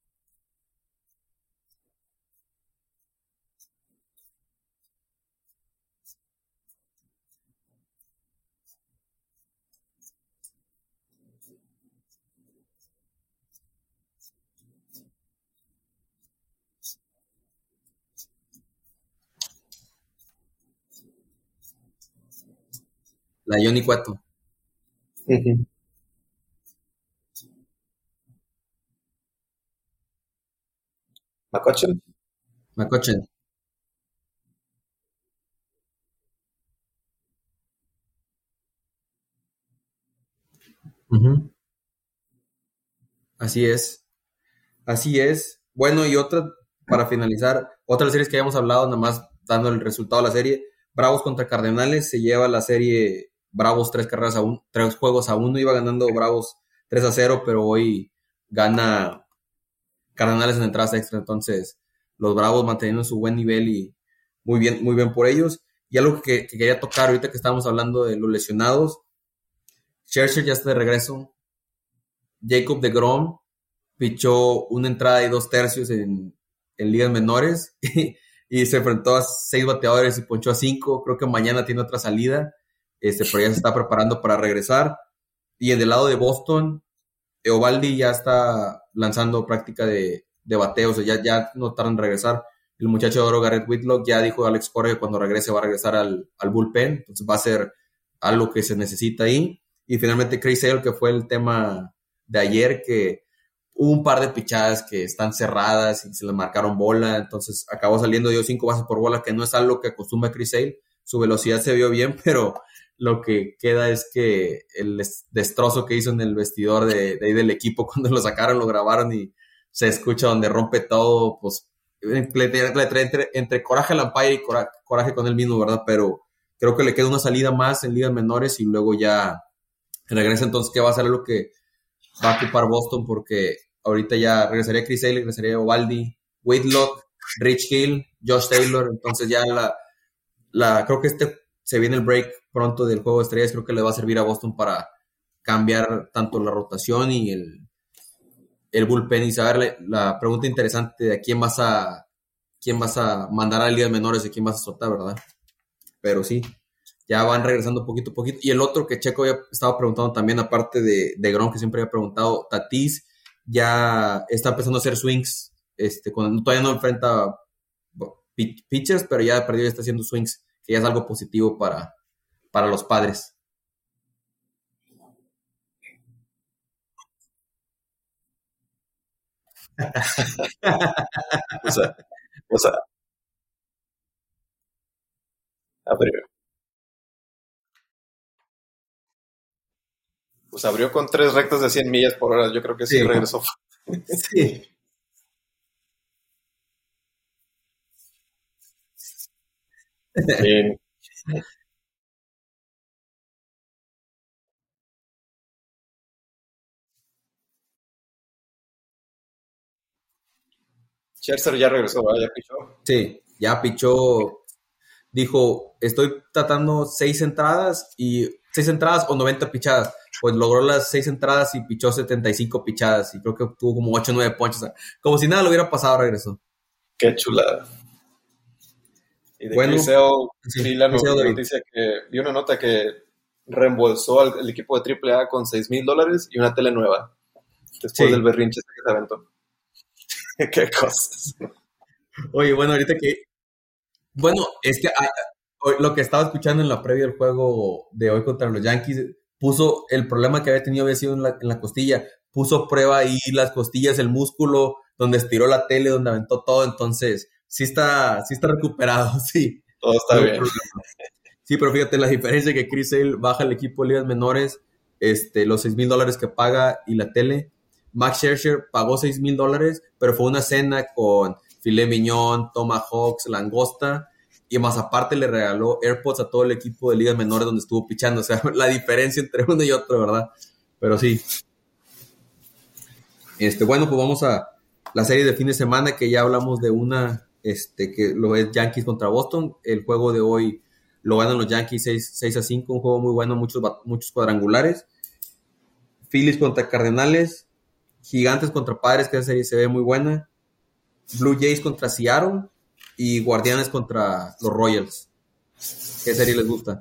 La Johnny Cueto. Ujú. McCutcheon. McCutchen. Ujú. Así es. Así es. Bueno, y otra, para finalizar, otras series que habíamos hablado, nada más dando el resultado de la serie. Bravos contra Cardenales, se lleva la serie Bravos 3 juegos a 1, iba ganando Bravos 3-0, pero hoy gana Cardenales en entradas extra. Entonces, los Bravos manteniendo su buen nivel y muy bien por ellos. Y algo que quería tocar ahorita que estábamos hablando de los lesionados, Scherzer ya está de regreso. Jacob deGrom pichó una entrada y 2 tercios en ligas menores y se enfrentó a 6 bateadores y ponchó a 5. Creo que mañana tiene otra salida, pero ya se está preparando para regresar. Y en el lado de Boston, Eovaldi ya está lanzando práctica de bateo, o sea, ya no tardan en regresar. El muchacho de oro, Garrett Whitlock, ya dijo a Alex Cora que cuando regrese va a regresar al bullpen, entonces va a ser algo que se necesita ahí. Y finalmente Chris Sale, que fue el tema de ayer, que hubo un par de pichadas que están cerradas y se le marcaron bola, entonces acabó saliendo, dio 5 bases por bola, que no es algo que acostumbra Chris Sale. Su velocidad se vio bien, pero lo que queda es que el destrozo que hizo en el vestidor de ahí del equipo cuando lo sacaron, lo grabaron y se escucha donde rompe todo, pues le trae entre coraje al umpire y coraje con él mismo, ¿verdad? Pero creo que le queda una salida más en ligas menores y luego ya regresa. Entonces, ¿qué va a ser lo que va a ocupar Boston? Porque ahorita ya regresaría Chris Sale, regresaría Ovaldi, Whitlock, Rich Hill, Josh Taylor. Entonces ya creo que se viene el break pronto del juego de estrellas. Creo que le va a servir a Boston para cambiar tanto la rotación y el bullpen y saber la pregunta interesante de a quién vas a mandar a ligas menores y quién vas a soltar, ¿verdad? Pero sí, ya van regresando poquito a poquito. Y el otro que Checo había estado preguntando también, aparte de Grom, que siempre había preguntado, Tatis ya está empezando a hacer swings, cuando todavía no enfrenta pitchers, pero ya perdió y está haciendo swings, que ya es algo positivo para los Padres. O sea, o sea, abrió, pues abrió con 3 rectas de 100 millas por hora. Yo creo que sí, Sí, regresó. sí. Bien. Scherzer ya regresó, ¿verdad? Ya pichó. Sí, ya pichó, dijo, estoy tratando 6 entradas o 90 pichadas. Pues logró las 6 entradas y pichó 75 pichadas y creo que tuvo como 8 o 9 ponches. O sea, como si nada le hubiera pasado, regresó. Qué chulada. Y de Bueno, Chris Sale, vi sí, la deseo, David. noticia vi una nota que reembolsó al equipo de AAA con $6,000 y una tele nueva. Después del Sí. berrinche que se aventó. Qué cosas. Oye, bueno, ahorita que... Bueno, es que lo que estaba escuchando en la previa del juego de hoy contra los Yankees, puso el problema que había sido en la costilla, puso a prueba ahí las costillas, el músculo, donde estiró la tele, donde aventó todo, entonces sí está recuperado, sí. Todo está No hay bien. problema. Sí, pero fíjate la diferencia que Chris Sale baja el equipo de ligas menores, los $6,000 que paga y la tele. Max Scherzer pagó $6,000, pero fue una cena con filet mignon, tomahawks, langosta, y más aparte le regaló AirPods a todo el equipo de ligas menores donde estuvo pichando. O sea, la diferencia entre uno y otro, ¿verdad? Pero sí. Bueno, pues vamos a la serie de fin de semana, que ya hablamos de una, que lo es Yankees contra Boston. El juego de hoy lo ganan los Yankees 6-5, un juego muy bueno, muchos cuadrangulares. Phillies contra Cardenales, Gigantes contra Padres, que esa serie se ve muy buena. Blue Jays contra Seattle y Guardianes contra los Royals. ¿Qué serie les gusta?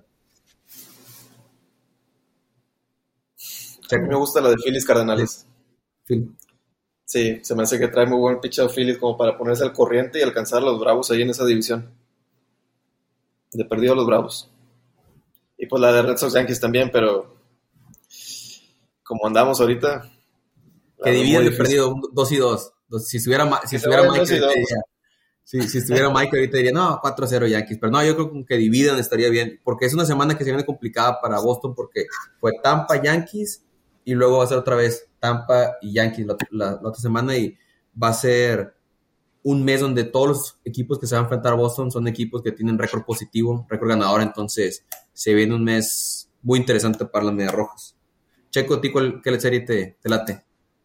A mí me gusta la de Phillies Cardenales. Phil. Sí, se me hace que trae muy buen pitcher Phillies como para ponerse al corriente y alcanzar a los Bravos ahí en esa división. De perdido a los Bravos. Y pues la de Red Sox Yankees también, pero como andamos ahorita, Que la veo dividen muy de difícil. perdido 2-2. Si estuviera, si Que se estuviera vayan Mike, 2 y ahorita 2. diría, si estuviera Mike ahorita diría, no, 4-0 Yankees. Pero no, yo creo que dividan estaría bien. Porque es una semana que se viene complicada para Boston porque fue Tampa, Yankees y luego va a ser otra vez Tampa y Yankees la otra semana y va a ser un mes donde todos los equipos que se van a enfrentar a Boston son equipos que tienen récord positivo, récord ganador. Entonces se viene un mes muy interesante para las Medias Rojas. Checo, ¿a ti qué serie te late?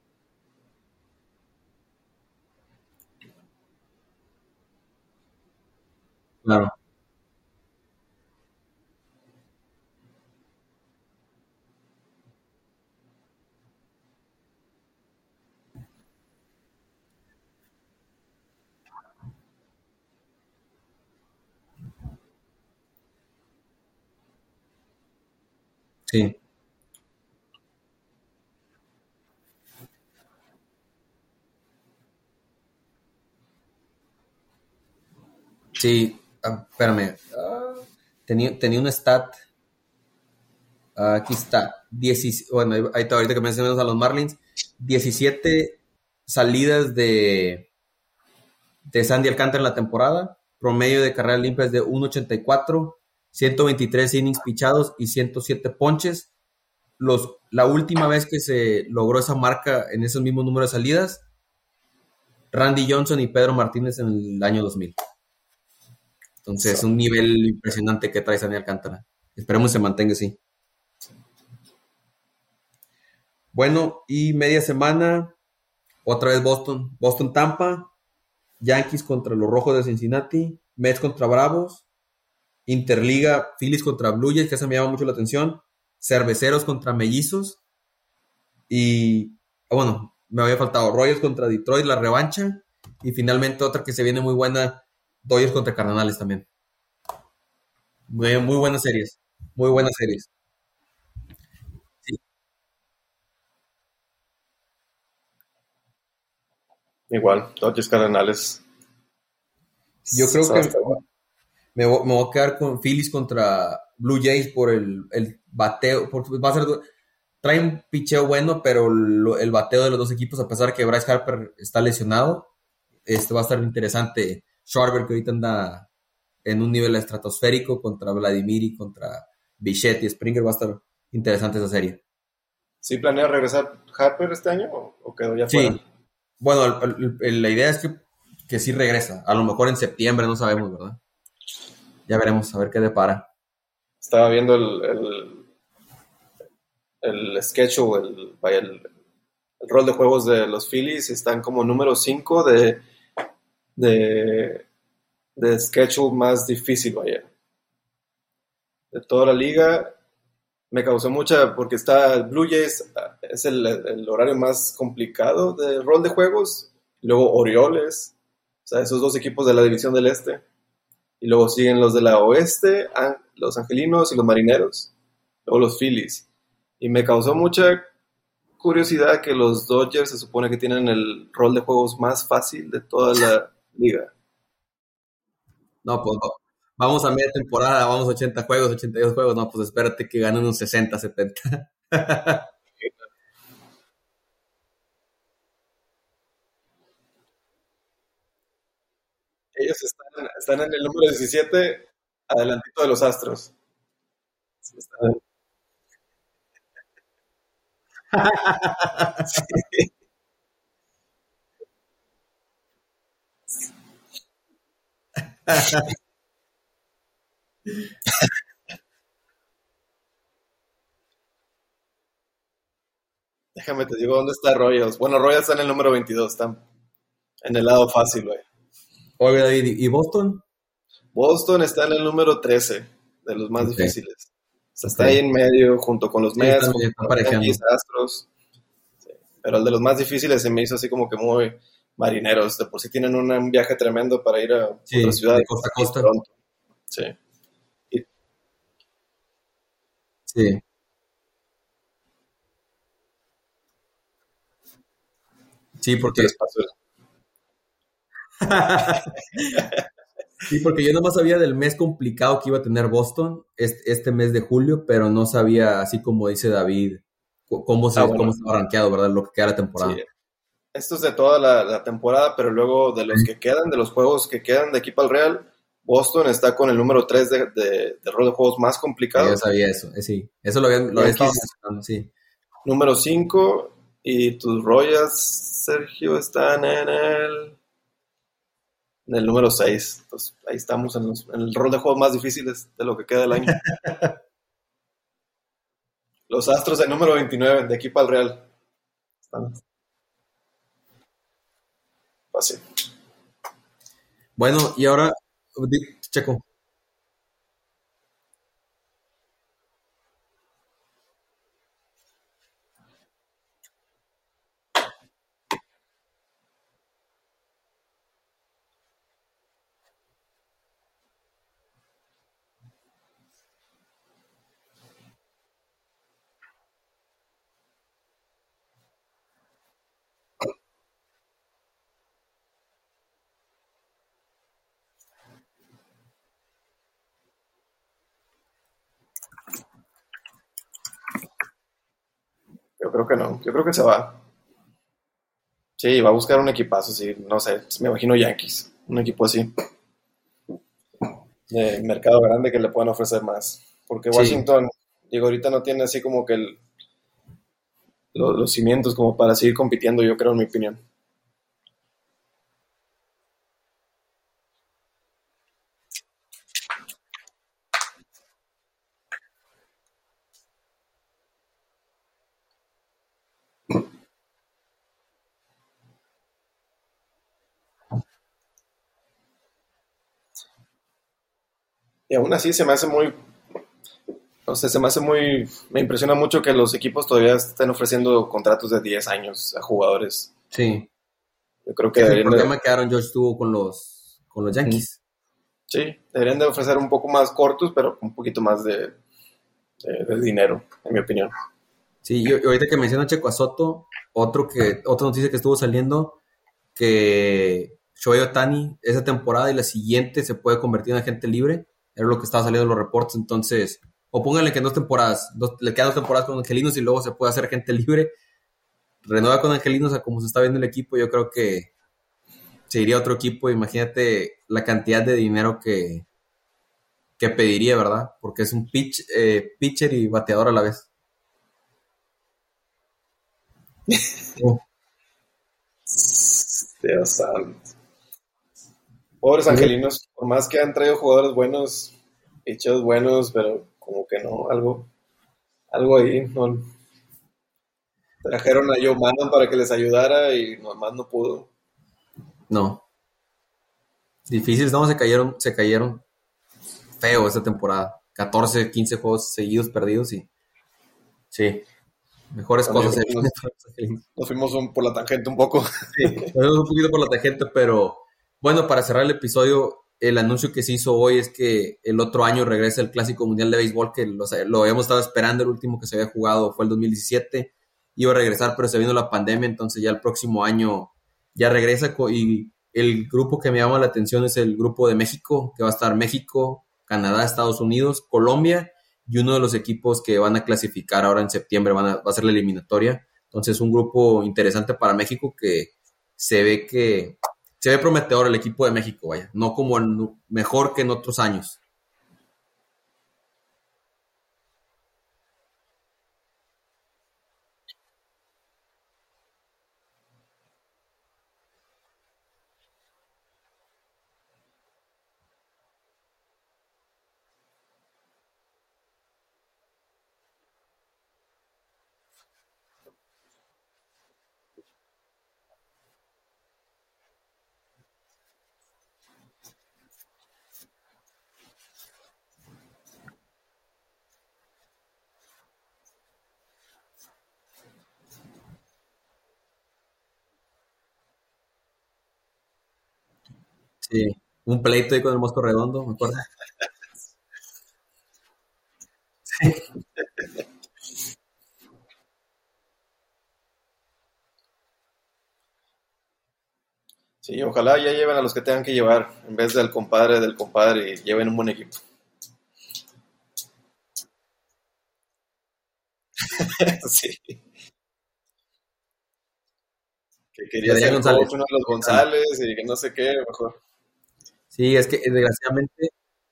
Claro. Sí, sí, espérame. Tenía un stat. Aquí está. Bueno, ahí está, ahorita que mencionamos a los Marlins. 17 salidas de Sandy Alcántara en la temporada. Promedio de carreras limpias de 1.84. 123 innings pichados y 107 ponches. La última vez que se logró esa marca en esos mismos números de salidas, Randy Johnson y Pedro Martínez en el año 2000. Entonces, un nivel impresionante que trae Sandy Alcántara. Esperemos que se mantenga así. Bueno, y media semana, otra vez Boston. Boston-Tampa, Yankees contra los Rojos de Cincinnati, Mets contra Bravos, Interliga, Phillies contra Blue Jays, que esa me llama mucho la atención, Cerveceros contra Mellizos, y, bueno, me había faltado Royals contra Detroit, la revancha, y finalmente otra que se viene muy buena, Dodgers contra Cardenales también. Muy, muy buenas series, muy buenas series. Sí, Igual, Dodgers Cardenales. yo creo Va a que estar bueno. me voy a quedar con Phillies contra Blue Jays por el bateo, porque va a ser, trae un picheo bueno, pero el bateo de los dos equipos, a pesar que Bryce Harper está lesionado, va a estar interesante. Schwarber, que ahorita anda en un nivel estratosférico contra Vladimir y contra Bichette y Springer, va a estar interesante esa serie. ¿Sí planea regresar Harper este año o quedó ya fuera? Sí, bueno, la idea es que sí regresa, a lo mejor en septiembre, no sabemos, ¿verdad? Ya veremos, a ver qué depara. Estaba viendo el schedule, vaya, el rol de juegos de los Phillies y están como número 5 de, de schedule más difícil, vaya, de toda la liga. Me causó mucha, porque está el Blue Jays, es el horario más complicado de rol de juegos, luego Orioles, o sea, esos dos equipos de la división del Este, y luego siguen los de la Oeste, los Angelinos y los Marineros, luego los Phillies. Y me causó mucha curiosidad que los Dodgers se supone que tienen el rol de juegos más fácil de toda la liga. No, pues vamos a media temporada, vamos 80 juegos, 82 juegos, no, pues espérate que ganen unos 60, 70. Ellos están en el número 17, adelantito de los Astros. Están- Déjame te digo dónde está Royals. Bueno, Royals está en el número 22, están en el lado fácil, güey. Oye, David, ¿y Boston? Boston está en el número 13, de los más Ok, difíciles. O sea, está ahí ok. en medio, junto con los Sí, Mets, junto están con los parejando. Yankees, Astros. Pero el de los más difíciles se me hizo así como que muy marineros. De por sí tienen un viaje tremendo para ir a otra Sí, ciudad, de costa a y costa. Toronto. Sí. Y Sí. Sí, se porque, les pasó. sí, porque yo nomás sabía del mes complicado que iba a tener Boston este mes de julio, pero no sabía, así como dice David, cómo Bueno, estaba rankeado, ¿verdad? Lo que queda de la sí. temporada. Esto es de toda la temporada, pero luego de los que quedan, de los juegos que quedan de aquí para el Real, Boston está con el número 3 de rol de juegos más Yo complicado. sabía eso, sí. Eso lo había estado Yankees mencionando, sí. número 5 y tus Royals, Sergio, están en el número 6. Entonces, ahí estamos en el rol de juegos más difíciles de lo que queda del año. Los Astros el número 29 de aquí para el Real. Están fácil. Bueno, y ahora, Checo. Yo creo que no. Yo creo que se va. Sí, va a buscar un equipazo, sí. No sé, me imagino Yankees. Un equipo así. De mercado grande que le puedan ofrecer más. Porque Sí. Washington, digo, ahorita no tiene así como que los cimientos como para seguir compitiendo, yo creo, en mi opinión. Y aún así se me hace muy, no sé, se me hace muy, me impresiona mucho que los equipos todavía estén ofreciendo contratos de 10 años a jugadores. Sí. Yo creo que Es el deberían de, problema que Aaron Judge tuvo con los Yankees. sí, deberían de ofrecer un poco más cortos, pero un poquito más de dinero, en mi opinión. Sí, y ahorita que menciono a Checo a Soto, otra noticia que estuvo saliendo, que Shohei Ohtani esa temporada y la siguiente se puede convertir en agente libre, era lo que estaba saliendo en los reportes, entonces, o pónganle que en 2 temporadas, le quedan 2 temporadas con Angelinos y luego se puede hacer agente libre, renueva con Angelinos a como se está viendo el equipo, yo creo que se iría a otro equipo, imagínate la cantidad de dinero que pediría, ¿verdad? Porque es un pitcher y bateador a la vez. Oh, Dios santo. Pobres angelinos, por más que han traído jugadores buenos, hechos buenos, pero como que no, algo ahí, no. Trajeron a Joe Maddon para que les ayudara y nomás no pudo. no, difíciles, no, se cayeron feo esta temporada. 14, 15 juegos seguidos perdidos y sí, mejores También cosas. nos fuimos por la tangente un poco. Sí, nos fuimos un poquito por la tangente, pero bueno, para cerrar el episodio, el anuncio que se hizo hoy es que el otro año regresa el Clásico Mundial de Béisbol, que lo habíamos estado esperando, el último que se había jugado fue el 2017, iba a regresar, pero se vino la pandemia, entonces ya el próximo año ya regresa y el grupo que me llama la atención es el grupo de México, que va a estar México, Canadá, Estados Unidos, Colombia y uno de los equipos que van a clasificar ahora en septiembre va a ser la eliminatoria. Entonces un grupo interesante para México se ve se ve prometedor el equipo de México, vaya, no como mejor que en otros años. Sí, un pleito ahí con el Mosco Redondo, me acuerdo. Sí, ojalá ya lleven a los que tengan que llevar, en vez del compadre, y lleven un buen equipo. Sí, que Y quería Adrián ser González. coach uno de los González y que no sé qué, mejor. Sí, es que desgraciadamente,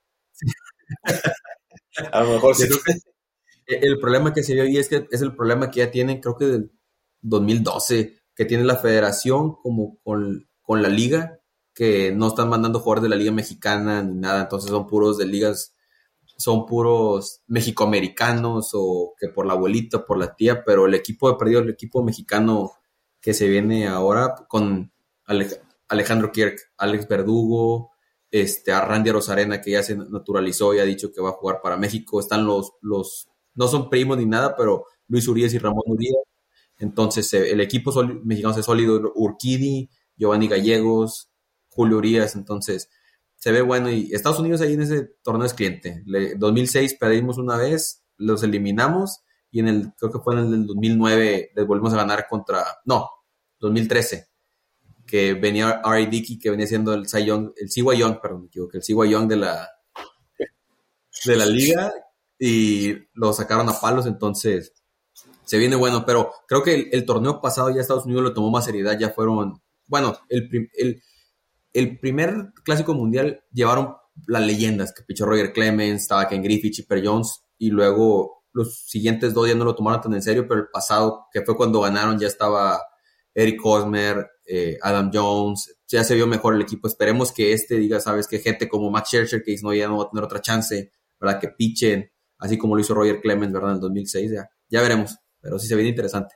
A lo mejor yo sí. creo que el problema que se vio ahí es que es el problema que ya tienen, creo que del 2012, que tiene la federación como con la liga, que no están mandando jugadores de la liga mexicana ni nada, entonces son puros de ligas, son puros mexicoamericanos o que por la abuelita, por la tía, pero el equipo mexicano que se viene ahora con Alejandro Kirk, Alex Verdugo, a Randy Arozarena, que ya se naturalizó y ha dicho que va a jugar para México, están no son primos ni nada, pero Luis Urias y Ramón Urias, entonces el equipo mexicano es sólido, Urquidi, Giovanni Gallegos, Julio Urias, entonces se ve bueno y Estados Unidos ahí en ese torneo es cliente. 2006 perdimos una vez, los eliminamos y creo que fue en el 2009 les volvimos a ganar 2013, que venía R.A. Dickey, que venía siendo el Cy Young, el CY Young, perdón, me equivoqué, el CY Young de la liga y lo sacaron a palos, entonces Se viene bueno, pero creo que el torneo pasado ya Estados Unidos lo tomó más seriedad, ya fueron, bueno, el primer clásico mundial llevaron las leyendas, que pichó Roger Clemens, estaba Ken Griffey, Chipper Jones, y luego los siguientes 2 ya no lo tomaron tan en serio, pero el pasado, que fue cuando ganaron, ya estaba Eric Hosmer, Adam Jones, ya se vio mejor el equipo. Esperemos que diga, sabes, que gente como Max Scherzer, que no, ya no va a tener otra chance, ¿verdad? Que pichen, así como lo hizo Roger Clemens, ¿verdad? En el 2006, ya veremos, pero sí se viene interesante.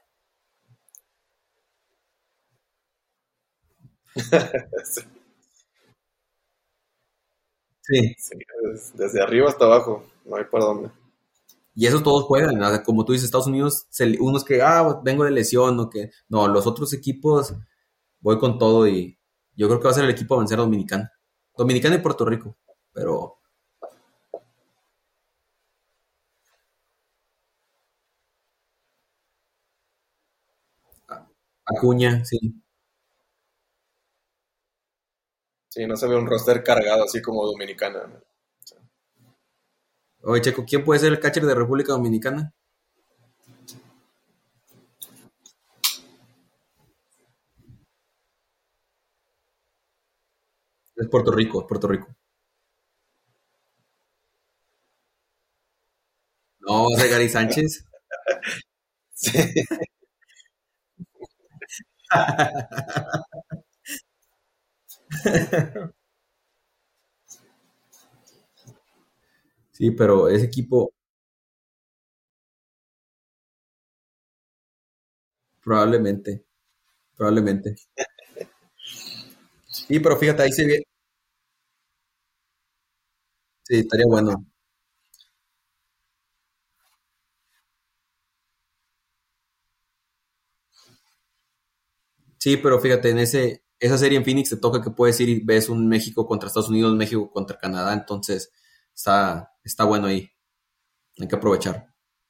Sí. Sí, desde arriba hasta abajo, no hay para dónde. Y eso todos juegan, ¿no? Como tú dices, Estados Unidos, unos que, vengo de lesión, o que, no, los otros equipos, voy con todo y yo creo que va a ser el equipo a vencer a Dominicana. Dominicana y Puerto Rico, pero... Acuña, sí. Sí, no se ve un roster cargado así como Dominicana, ¿no? Oye, Checo, ¿quién puede ser el catcher de República Dominicana? Es Puerto Rico, es Puerto Rico. No, va a ser Gary Sánchez. Sí, Sí, pero ese equipo probablemente, probablemente. Sí, pero fíjate, ahí se ve, sí, estaría bueno. Sí, pero fíjate, esa serie en Phoenix te toca que puedes ir y ves un México contra Estados Unidos, México contra Canadá, entonces está bueno ahí, hay que aprovechar.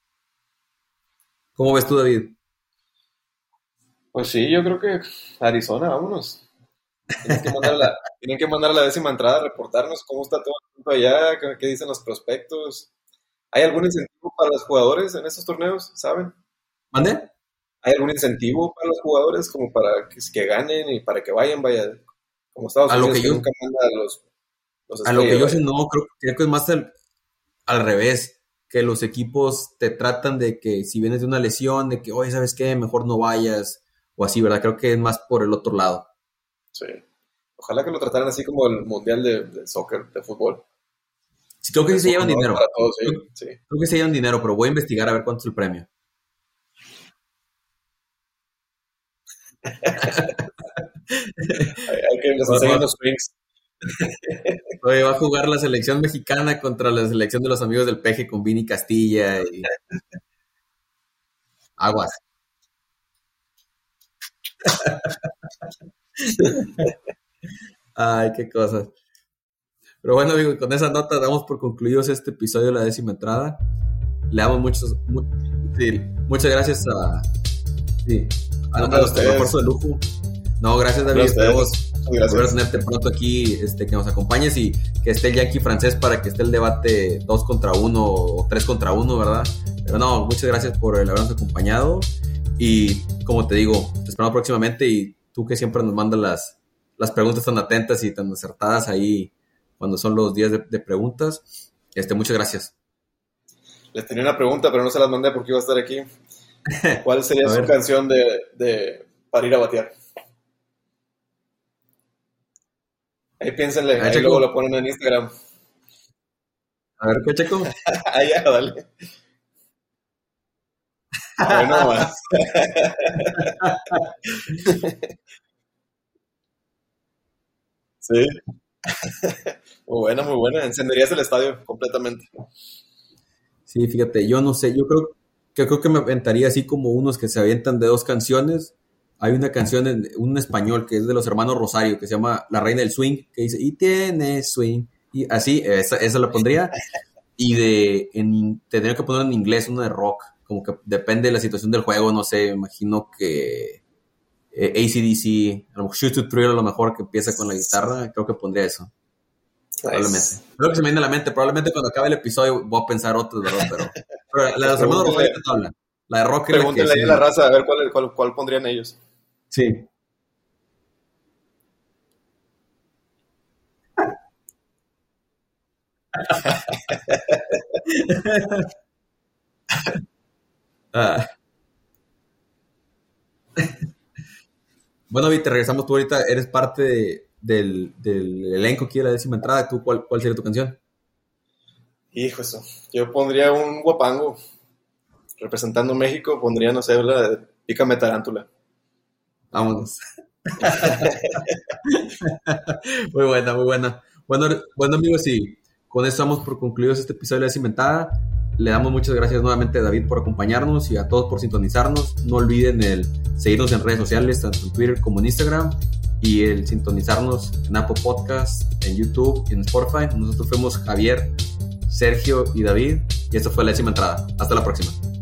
¿Cómo ves tú, David? pues sí, yo creo que Arizona, vámonos. Tienen que mandar a la 10ª entrada a reportarnos cómo está todo el mundo allá, qué dicen los prospectos. ¿Hay algún incentivo para los jugadores en estos torneos? ¿Saben? ¿Mande? ¿Hay algún incentivo para los jugadores como para que ganen y para que vayan, vaya, como Estados A lo Unidos que que yo, nunca manda a los a lo que estrellas, yo sé, vaya? no, creo que es más al revés, que los equipos te tratan de que si vienes de una lesión, de que, oye, ¿sabes qué? Mejor no vayas, o así, ¿verdad? Creo que es más por el otro lado. Sí. Ojalá que lo trataran así como el mundial de soccer, de fútbol. Sí, creo que sí Es se un llevan honor dinero. para todos, sí, Creo, sí. creo que se llevan dinero, pero voy a investigar a ver cuánto es el premio. Hay que nos enseñen los swings. Oye, va a jugar la selección mexicana contra la selección de los amigos del Peje con Vini Castilla y aguas. Ay, qué cosas. Pero bueno, amigo, con esa nota damos por concluidos este episodio de la 10ª entrada. Le damos sí, muchas gracias sí, a Hombre, a nuestro refuerzo ustedes. de lujo. No, gracias, Hombre, David. a Esperemos ustedes. Muchas volver a gracias. tenerte pronto aquí, que nos acompañes y que esté el Yankee francés para que esté el debate 2 contra 1 o 3 contra 1, ¿verdad? Pero no, muchas gracias por el habernos acompañado y como te digo, te esperamos próximamente y tú que siempre nos mandas las preguntas tan atentas y tan acertadas ahí cuando son los días de preguntas, muchas gracias. Les tenía una pregunta, pero no se las mandé porque iba a estar aquí. ¿Cuál sería A su ver, canción para ir a batear? Ahí piénsenle, a ver, ahí luego Checo, lo ponen en Instagram. a ver, ¿qué, Checo? Ahí ya, dale. Hoy no más. Sí, muy buena, muy buena. Encenderías el estadio completamente. Sí, fíjate, yo no sé, yo creo que me aventaría así como unos que se avientan de 2 canciones. Hay una canción en un español que es de los hermanos Rosario, que se llama La Reina del Swing, que dice, y tiene swing, y así, esa la pondría, y tendría que poner en inglés una de rock, como que depende de la situación del juego, no sé, imagino que AC/DC, a lo mejor Shoot to Thrill a lo mejor que empieza con la guitarra, creo que pondría eso. Probablemente. Nice. Creo que se me viene a la mente. Probablemente cuando acabe el episodio voy a pensar otros, ¿verdad? Pero la de Pues los hermanos Rosario pregúntenle, te habla. La de Rock. Pregúntenle ahí a la raza a ver cuál pondrían ellos. Sí. Bueno, Vi, te regresamos. Tú ahorita eres parte del elenco aquí de la 10ª entrada. ¿Tú cuál sería tu canción? Hijo, eso. Yo pondría un guapango. Representando México, pondría, no sé, la de Pícame Tarántula. Vámonos. Muy buena, muy buena. Bueno, amigos, y con eso damos por concluidos este episodio de La Cimentada. Le damos muchas gracias nuevamente a David por acompañarnos y a todos por sintonizarnos. No olviden el seguirnos en redes sociales, tanto en Twitter como en Instagram, y el sintonizarnos en Apple Podcasts, en YouTube y en Spotify. Nosotros fuimos Javier, Sergio y David, y esto fue La 10ª entrada. Hasta la próxima.